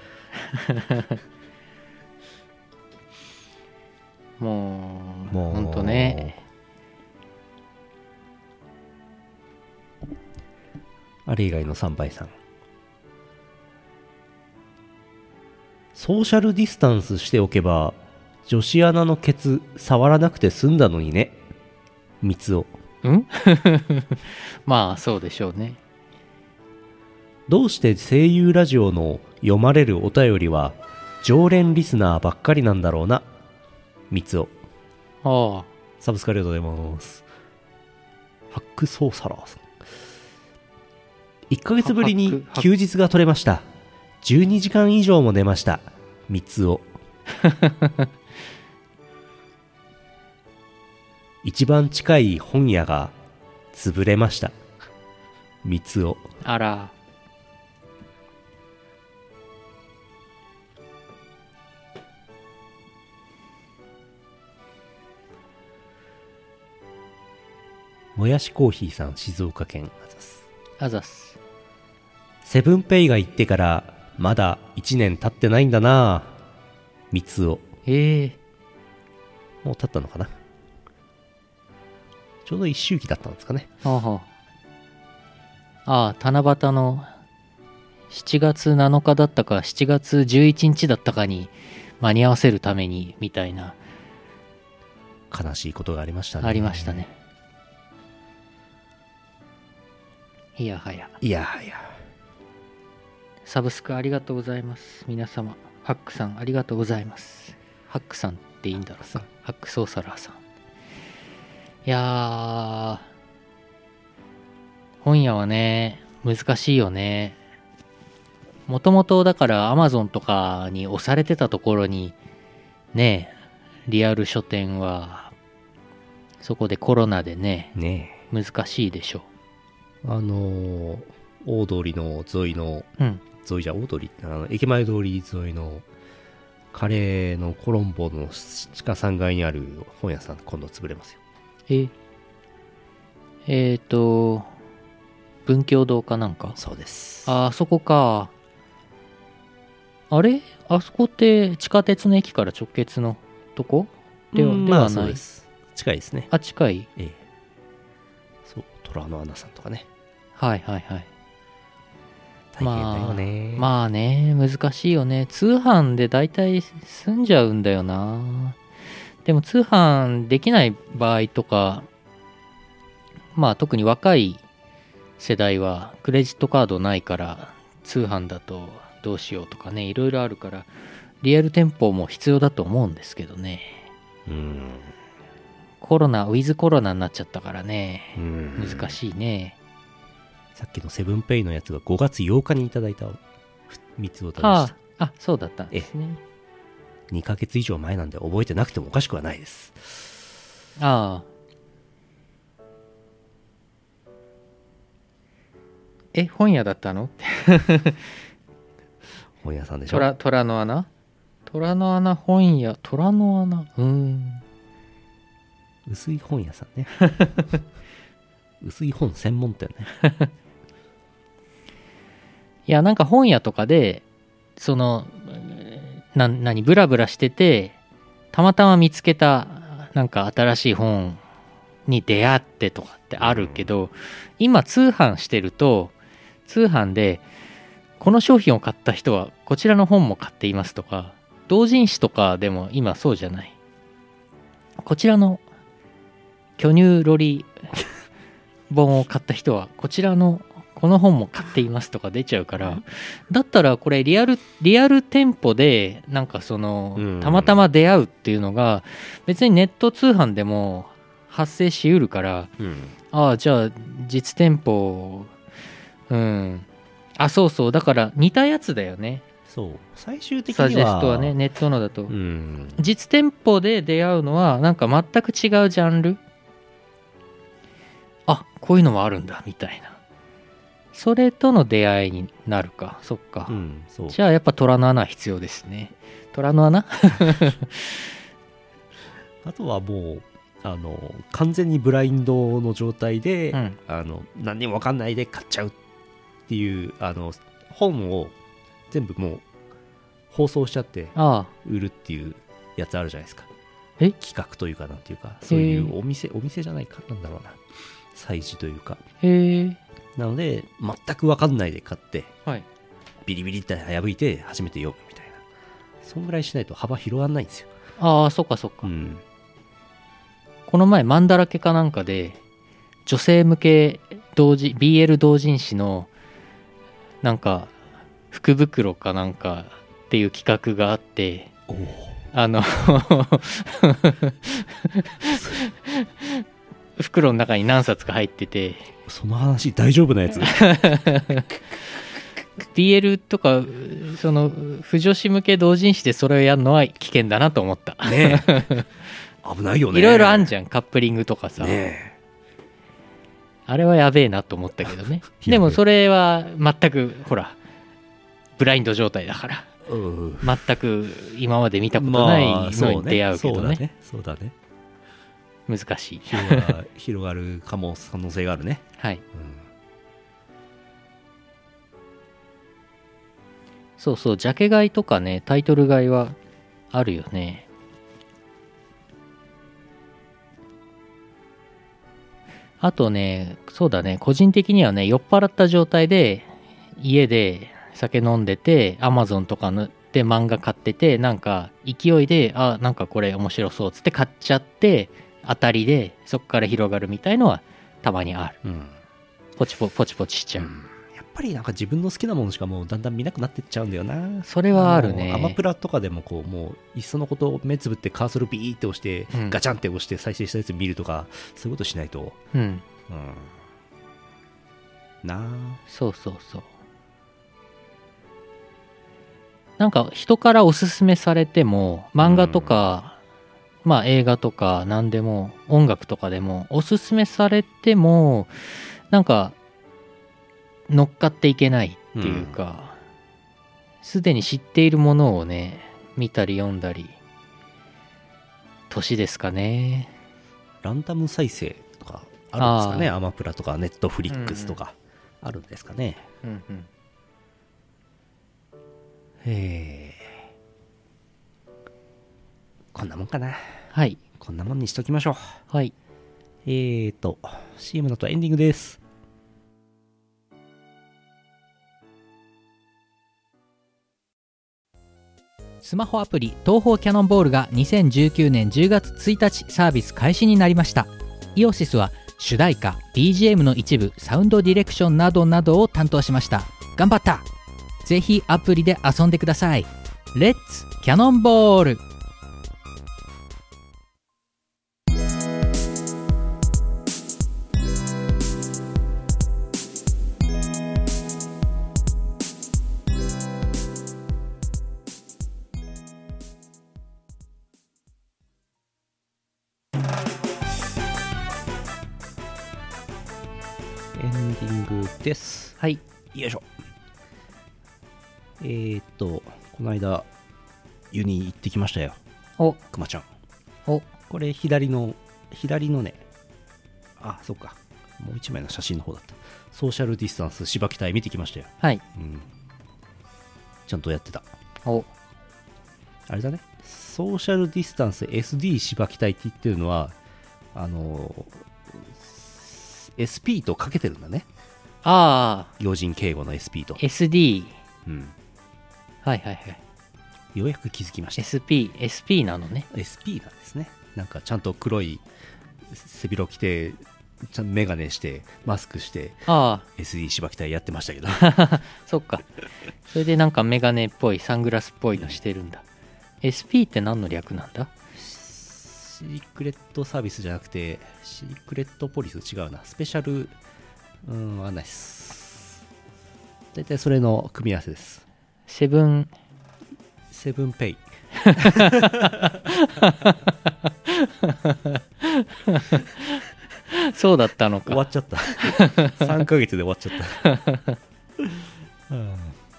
もうもうほんとね。 あれ以外のさんばいさん。ソーシャルディスタンスしておけば女子アナのケツ触らなくて済んだのにね三つお。 んまあそうでしょうね。 どうして声優ラジオの読まれるお便りは常連リスナーばっかりなんだろうな三つお。 ああ、 サブスクありがとうございます。ハックソーサラーさん。いっかげつぶりに休日が取れました。じゅうにじかん以上も寝ました三つお。一番近い本屋が潰れました三つお。 あら。 もやしコーヒーさん静岡県あざす。 あざっす。 セブンペイが行ってからまだいちねん経ってないんだな。三つをええもう経ったのかな。ちょうど一周期だったんですかね。 はあはあ。ああ、七夕のしちがつなのかだったかしちがつじゅういちにちだったかに間に合わせるためにみたいな、 悲しいことがありましたね。 ありましたね。いやはや。 いやはや。 サブスクありがとうございます。皆様。ハックさんありがとうございます。ハックさんっていいんだろうさ。ハックソーサラーさん。いやー、本屋はね、難しいよね。もともとだから Amazon とかに押されてたところに、ね、リアル書店は、そこでコロナでね、 ね難しいでしょえ。あのー、大通りの沿いの、 う。うん。 沿いじゃ大通り、あの駅前通り沿いのカレーのコロンボの地下さんがいにある本屋さん、今度潰れますよ。 え、えーと、文教堂かなんか。 そうです。 あ、あそこか。あれあそこって地下鉄の駅から直結のとこでは、 うんではない、 まあそうです。近いですね。 あ、近い。 ええ。そう、虎の穴さんとかね。 はいはいはい。 大変だよね。 まあ、まあね、難しいよね。通販で大体済んじゃうんだよな。でも通販できない場合とか、まあ特に若い世代はクレジットカードないから通販だとどうしようとかね、いろいろあるからリアル店舗も必要だと思うんですけどね。 うん。 コロナ、ウィズコロナになっちゃったからね、 うん難しいね。 さっきのセブンペイのやつがごがつようかにいただいたみつおたであした。 あ、あ、そうだったんですね。 にかげつ以上前なんで覚えてなくてもおかしくはないです。 ああ。え、本屋だったの？ 本屋さんでしょ。 虎、虎の穴？虎の穴本屋、虎の穴、うーん。 薄い本屋さんね。薄い本専門店ね。 いや、なんか本屋とかで、その、な、何、ブラブラしてて、たまたま見つけた、なんか新しい本に出会ってとかってあるけど、今通販してると、通販で、この商品を買った人はこちらの本も買っていますとか、同人誌とかでも今そうじゃない。こちらの巨乳ロリ本を買った人はこちらのこの本も買っていますとか出ちゃうから、だったらこれリアルリアル店舗でなんかそのうんたまたま出会うっていうのが別にネット通販でも発生しうるから、 うん。 ああじゃあ実店舗、うんあそうそうだから似たやつだよね。 そう。最終的には。 サジェストはねネットのだと、 うん。 実店舗で出会うのはなんか全く違うジャンル、あこういうのもあるんだみたいな、それとの出会いになるか。そっか、 うん、そう。 じゃあやっぱ虎の穴必要ですね。虎の穴あとはもう、あの、完全にブラインドの状態で、 うんあの、何にもわかんないで買っちゃうっていう、あの、本を全部もう放送しちゃってああ売るっていうやつあるじゃないですか。 え企画というかなんていうか、そういうお店、お店じゃないか、なんだろうな。催事というか。 へえなので、全くわかんないで買って、 はいビリビリって破いて初めて読むみたいな。そんぐらいしないと幅広がんないんですよ。 ああそっかそっか、 うん。 この前マンだらけかなんかで女性向け同時 ビーエル 同人誌のなんか福袋かなんかっていう企画があって、 おお。 あの袋の中に何冊か入ってて、 その話大丈夫なやつビーエル とかその不女子向け同人誌でそれをやるのは危険だなと思ったねえ危ないよね。 いろいろあんゃじゃんカップリングとかさ、 ねあれはやべえなと思ったけどねでもそれは全くほらブラインド状態だからえ。うん。 全く今まで見たことないのに出会うけどね,、 そうだね。 難しい広が広がるかも可能性があるね。 はいうん。 そうそう、ジャケ買いとかね、タイトル買いはあるよね。あとね、そうだね、個人的にはね、酔っ払った状態で家で酒飲んでて、アマゾンとかので漫画買ってて、なんか勢いで、あ、なんかこれ面白そうっつって買っちゃって、当たりでそこから広がるみたいのはたまにある。 うん、 ポチポポチポチしちゃう、 うん、やっぱりなんか自分の好きなものしかもうだんだん見なくなってっちゃうんだよな。 それはあるね。 アマプラとかでもこうもういっそのこと目つぶってカーソルビーって押して、うん、ガチャンって押して再生したやつ見るとか、そういうことしないと、 うん、うん、 なあ。 そうそうそう。なんか人からおすすめされても、漫画とか、うん、まあ映画とか何でも音楽とかでもおすすめされてもなんか乗っかっていけないっていうか、すで、うん、に知っているものをね見たり読んだり、年ですかね。 ランダム再生とかあるんですかね。アマプラとかネットフリックスとかあるんですかね。 うんうん、 へえ、こんなもんかな。 はい、 こんなもんにしときましょう。 はい。 えーと シーエム の後エンディングです。 スマホアプリ東方キャノンボールがにせんじゅうきゅうねんじゅうがつついたちサービス開始になりました。イオシスは主題歌 ビージーエム の一部、サウンドディレクションなどなどを担当しました。頑張った。ぜひアプリで遊んでください。レッツキャノンボール。 エンディングです。 はい、 よいしょ。えーっとこの間湯に行ってきましたよ。 お、 くまちゃん。 お、 これ左の左のね、あ、そっか、もう一枚の写真の方だった。ソーシャルディスタンス芝木隊見てきましたよ。 はい、 うん、ちゃんとやってた。 お、 あれだね、ソーシャルディスタンス エスディー 芝木隊って言ってるのはあの エスピー とかけてるんだね。 ああ、 要人警護の エスピー とエスディー、 うん、 はいはいはい。 ようやく気づきました。 エスピー、エスピー なのね。 エスピー なんですね。なんかちゃんと黒い背広着て、ちゃんとメガネしてマスクして、 ああエスディー 芝木隊やってましたけどそっか、それでなんかメガネっぽいサングラスっぽいのしてるんだ。 エスピー って何の略なんだ。 シークレットサービスじゃなくてシークレットポリス、違うな、スペシャル、うーん、わかんないっす。大体それの組み合わせです。 セブンセブンペイそうだったのか。 終わっちゃったさんかげつで終わっちゃったうん、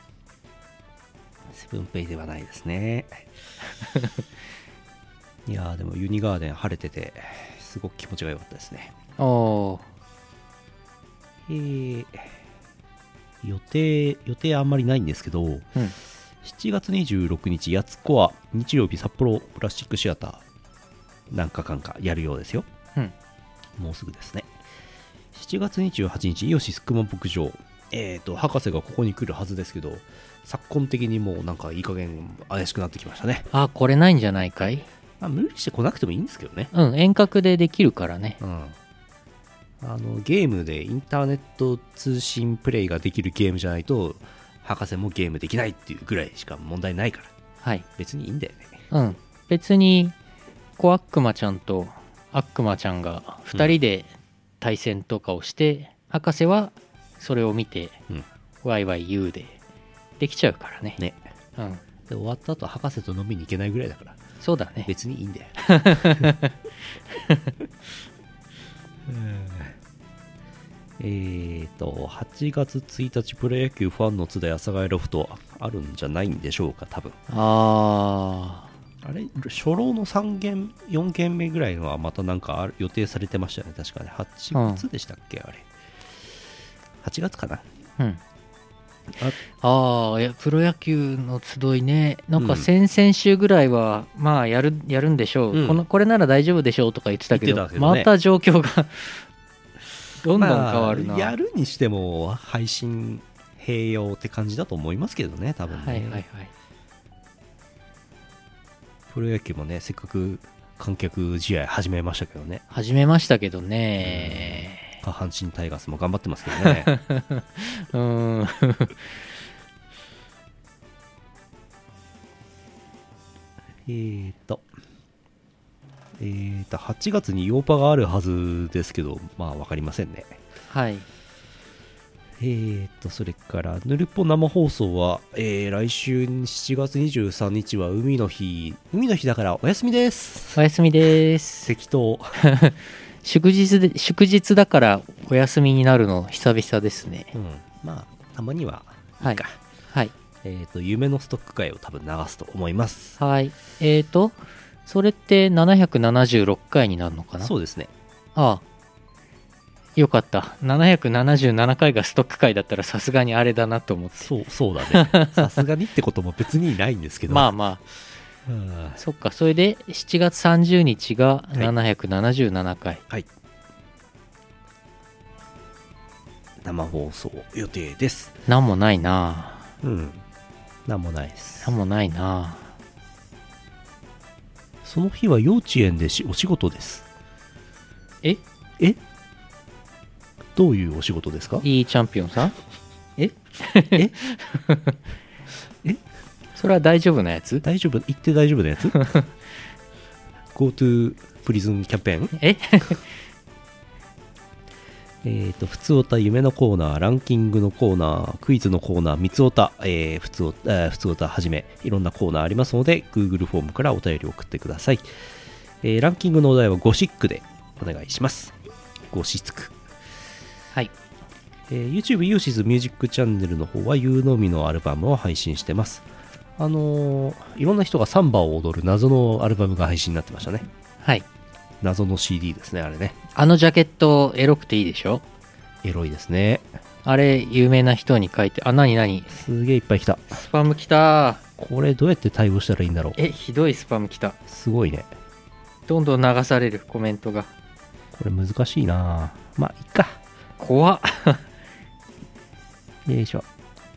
セブンペイではないですねいやーでもユニガーデン晴れててすごく気持ちが良かったですね。 おー、 えー、予定予定あんまりないんですけど、うん、しちがつにじゅうろくにちやつこは日曜日札幌プラスチックシアターなんかかんかやるようですよ、うん、もうすぐですね。しちがつにじゅうはちにちイオシス熊牧場、えーと博士がここに来るはずですけど、昨今的にもうなんかいい加減怪しくなってきましたね。 あ、これないんじゃないかい。 まあ、無理して来なくてもいいんですけどね。 うん、遠隔でできるからね。 うん、あのゲームでインターネット通信プレイができるゲームじゃないと博士もゲームできないっていうぐらいしか問題ないから、 はい、 別にいいんだよね。 うん、別にコアックマちゃんとアックマちゃんがふたりで対戦とかをして、うん、博士はそれを見て、うん、ワイワイ言うでできちゃうからね。 ね、うん、で終わった後博士と飲みに行けないぐらいだから、 そうだね、 別にいいんだよえーとはちがつついたちプロ野球ファンの津田阿佐ヶ谷ロフトあるんじゃないんでしょうか。多分ああれ初老のさんげんよんけんめぐらいのはまたなんかある予定されてましたよね。確かねはちがつでしたっけ、うん、あれはちがつかな、うん、 ああ、いやプロ野球の集いね、なんか先々週ぐらいは、まあやるやるんでしょう、 うんこのこれなら大丈夫でしょうとか言ってたけど、 言ってたけどねまた状況がどんどん変わるな、 まあやるにしても配信併用って感じだと思いますけどね、多分ね。 はいはいはい。 プロ野球もね、せっかく観客試合始めましたけどね、 始めましたけどね、 下半身タイガースも頑張ってますけどね。 うーんえーと、えーと、はちがつにヨーパがあるはずですけど、まあ分かりませんね。 はい。 えーと、それから、ぬるっぽ生放送は、えー、来週しちがつにじゅうさんにちは海の日、海の日だからお休みです。 お休みです適当。 祝日で祝日だからお休みになるの久々ですね。 うん、まあ、たまには、 はいいいか。 はいえーと、夢のストック会を多分流すと思います。 はい。えーとそれってななひゃくななじゅうろっかいになるのかな。 そうですね。 ああ、よかった。ななひゃくななじゅうななかいがストック回だったらさすがにあれだなと思って。 そう、そうだね。さすがにってことも別にないんですけど。 まあまあ、 うんそっか。それでしちがつさんじゅうにちがななひゃくななじゅうななかい。 はい。生放送予定です。 なんもないな。 うん。なんもないですなん。もないな。 その日は幼稚園でしお仕事です。 ええどういうお仕事ですか？ いいチャンピオンさん。 えええそれは大丈夫なやつ？ 大丈夫言って大丈夫なやつ？GoTo プリズンキャンペーンええっと、ふつおた夢のコーナー、ランキングのコーナー、クイズのコーナー、みつおた、えー、ふつおた、えー、ふつおたはじめ、いろんなコーナーありますので、Google フォームからお便りを送ってください。えー、ランキングのお題はゴシックでお願いします。ゴシック。 はい。 えー、YouTube イオシスミュージックチャンネルの方は、ユーのみのアルバムを配信してます。あのー、いろんな人がサンバを踊る謎のアルバムが配信になってましたね。 はい。 謎の シーディー ですね、あれね。 あのジャケットエロくていいでしょ？ エロいですね。 あれ有名な人に書いて、あ、なになに？ すげえいっぱい来た。 スパム来た。 これどうやって対応したらいいんだろう。 え、ひどいスパム来た。 すごいね。 どんどん流されるコメントが。 これ難しいな。まあいっか。 怖っ。 よいしょ。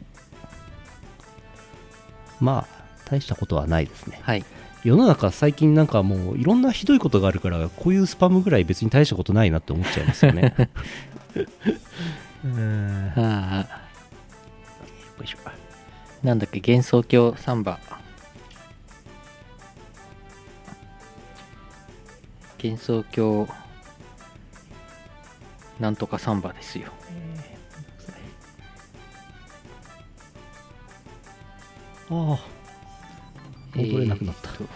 まあ大したことはないですね。 はい。 世の中最近なんかもういろんなひどいことがあるから、こういうスパムぐらい別に大したことないなって思っちゃいますよね。うーん。よああ、 いしょ。 なんだっけ、幻想郷サンバ。幻想郷なんとかサンバですよ。 ああ。戻れなくなった。 えーと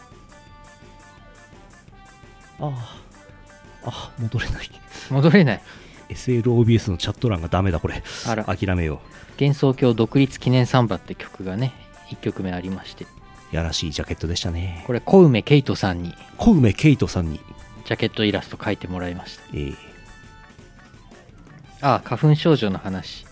ああ。あ、戻れない。 戻れない。 エスエルオービーエス のチャット欄がダメだこれ。 あら、 諦めよ幻想郷独立記念サンバって曲がね、いっきょくめありまして、 う。やらしいジャケットでしたね。 これ小梅ケイトさんに小梅ケイトさんに。 ジャケットイラスト描いてもらいました。 えー、 ああ、花粉症状の話。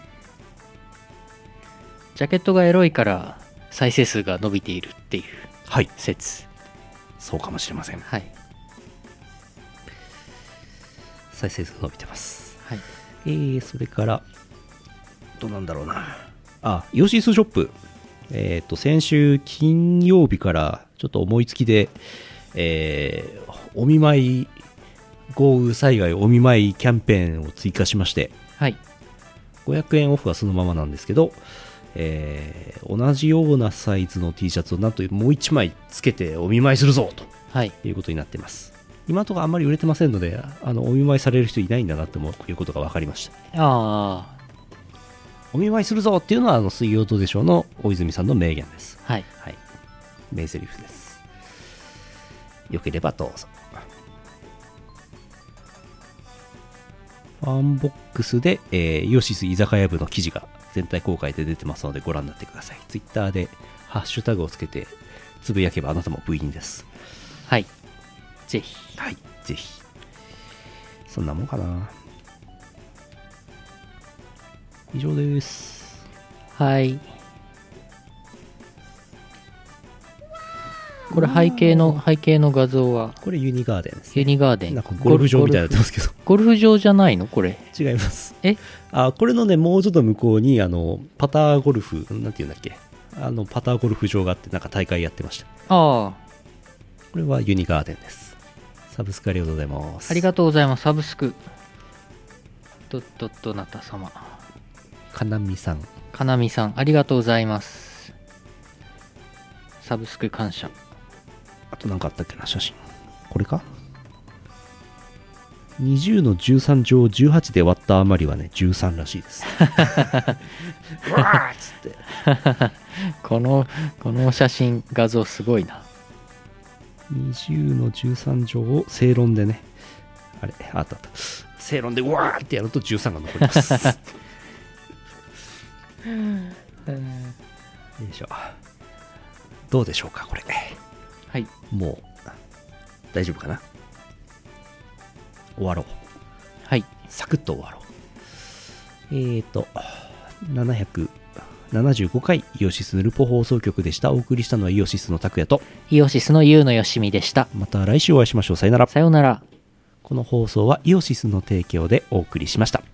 ジャケットがエロいから再生数が伸びているっていうはい。 説。 そうかもしれません。 はい再生数伸びてます。 はい。 えー、それから、どうなんだろうな。あ、イオシスショップ。えっ、と、先週金曜日からちょっと思いつきで、えー、お見舞い、豪雨災害お見舞いキャンペーンを追加しまして、 はい。 ごひゃくえんオフはそのままなんですけど、えー同じようなサイズの T シャツをなんともういちまいつけてお見舞いするぞはい。 ということになっています。今のところあんまり売れてませんので、あのお見舞いされる人いないんだなということが分かりました。 あお見舞いするぞっていうのはあの水曜どうでしょうの大泉さんの名言です。 あ、はい。 はい。名台詞です。よければどうぞ。ファンボックスで、えー、イオシス居酒屋部の記事が全体公開で出てますのでご覧になってください。ツイッターでハッシュタグをつけてつぶやけばあなたも部員です。 はい。ぜひ。 はい、ぜひ。そんなもんかな。以上です。 はい。これ背景の背景の画像はこれユニガーデンです、ね、 ユニガーデン。 なんかゴルフ場みたいになってますけど。 ゴルフ場じゃないのこれ。 違います。 えあ、これのね、もうちょっと向こうにあのパターゴルフなんていうんだっけ、あのパターゴルフ場があって、なんか大会やってました。 ああ。 これはユニガーデンです。サブスクありがとうございます。 ありがとうございます。サブスク。どっとっとなた様。 かなみさん。 かなみさん、ありがとうございます。サブスク感謝。 あと何かあったっけな、写真。これか ?にじゅう のじゅうさん乗をじゅうはちで割ったあまりはね、じゅうさんらしいです。うわーっつって。 この、この写真、画像すごいな。 にじゅうのじゅうさん乗を正論でね、あれ、あったあった。正論でうわーってやるとじゅうさんが残ります。よいしょ。どうでしょうか、これ。 はい。 もう、大丈夫かな。終わろう。 はい。 サクッと終わろう。えーと、ななひゃくななじゅうごかいイオシスヌルポ放送局でした。お送りしたのはイオシスの拓也とイオシスのユウのよしみでした。 また来週お会いしましょう。さよなら。 さようなら。 この放送はイオシスの提供でお送りしました。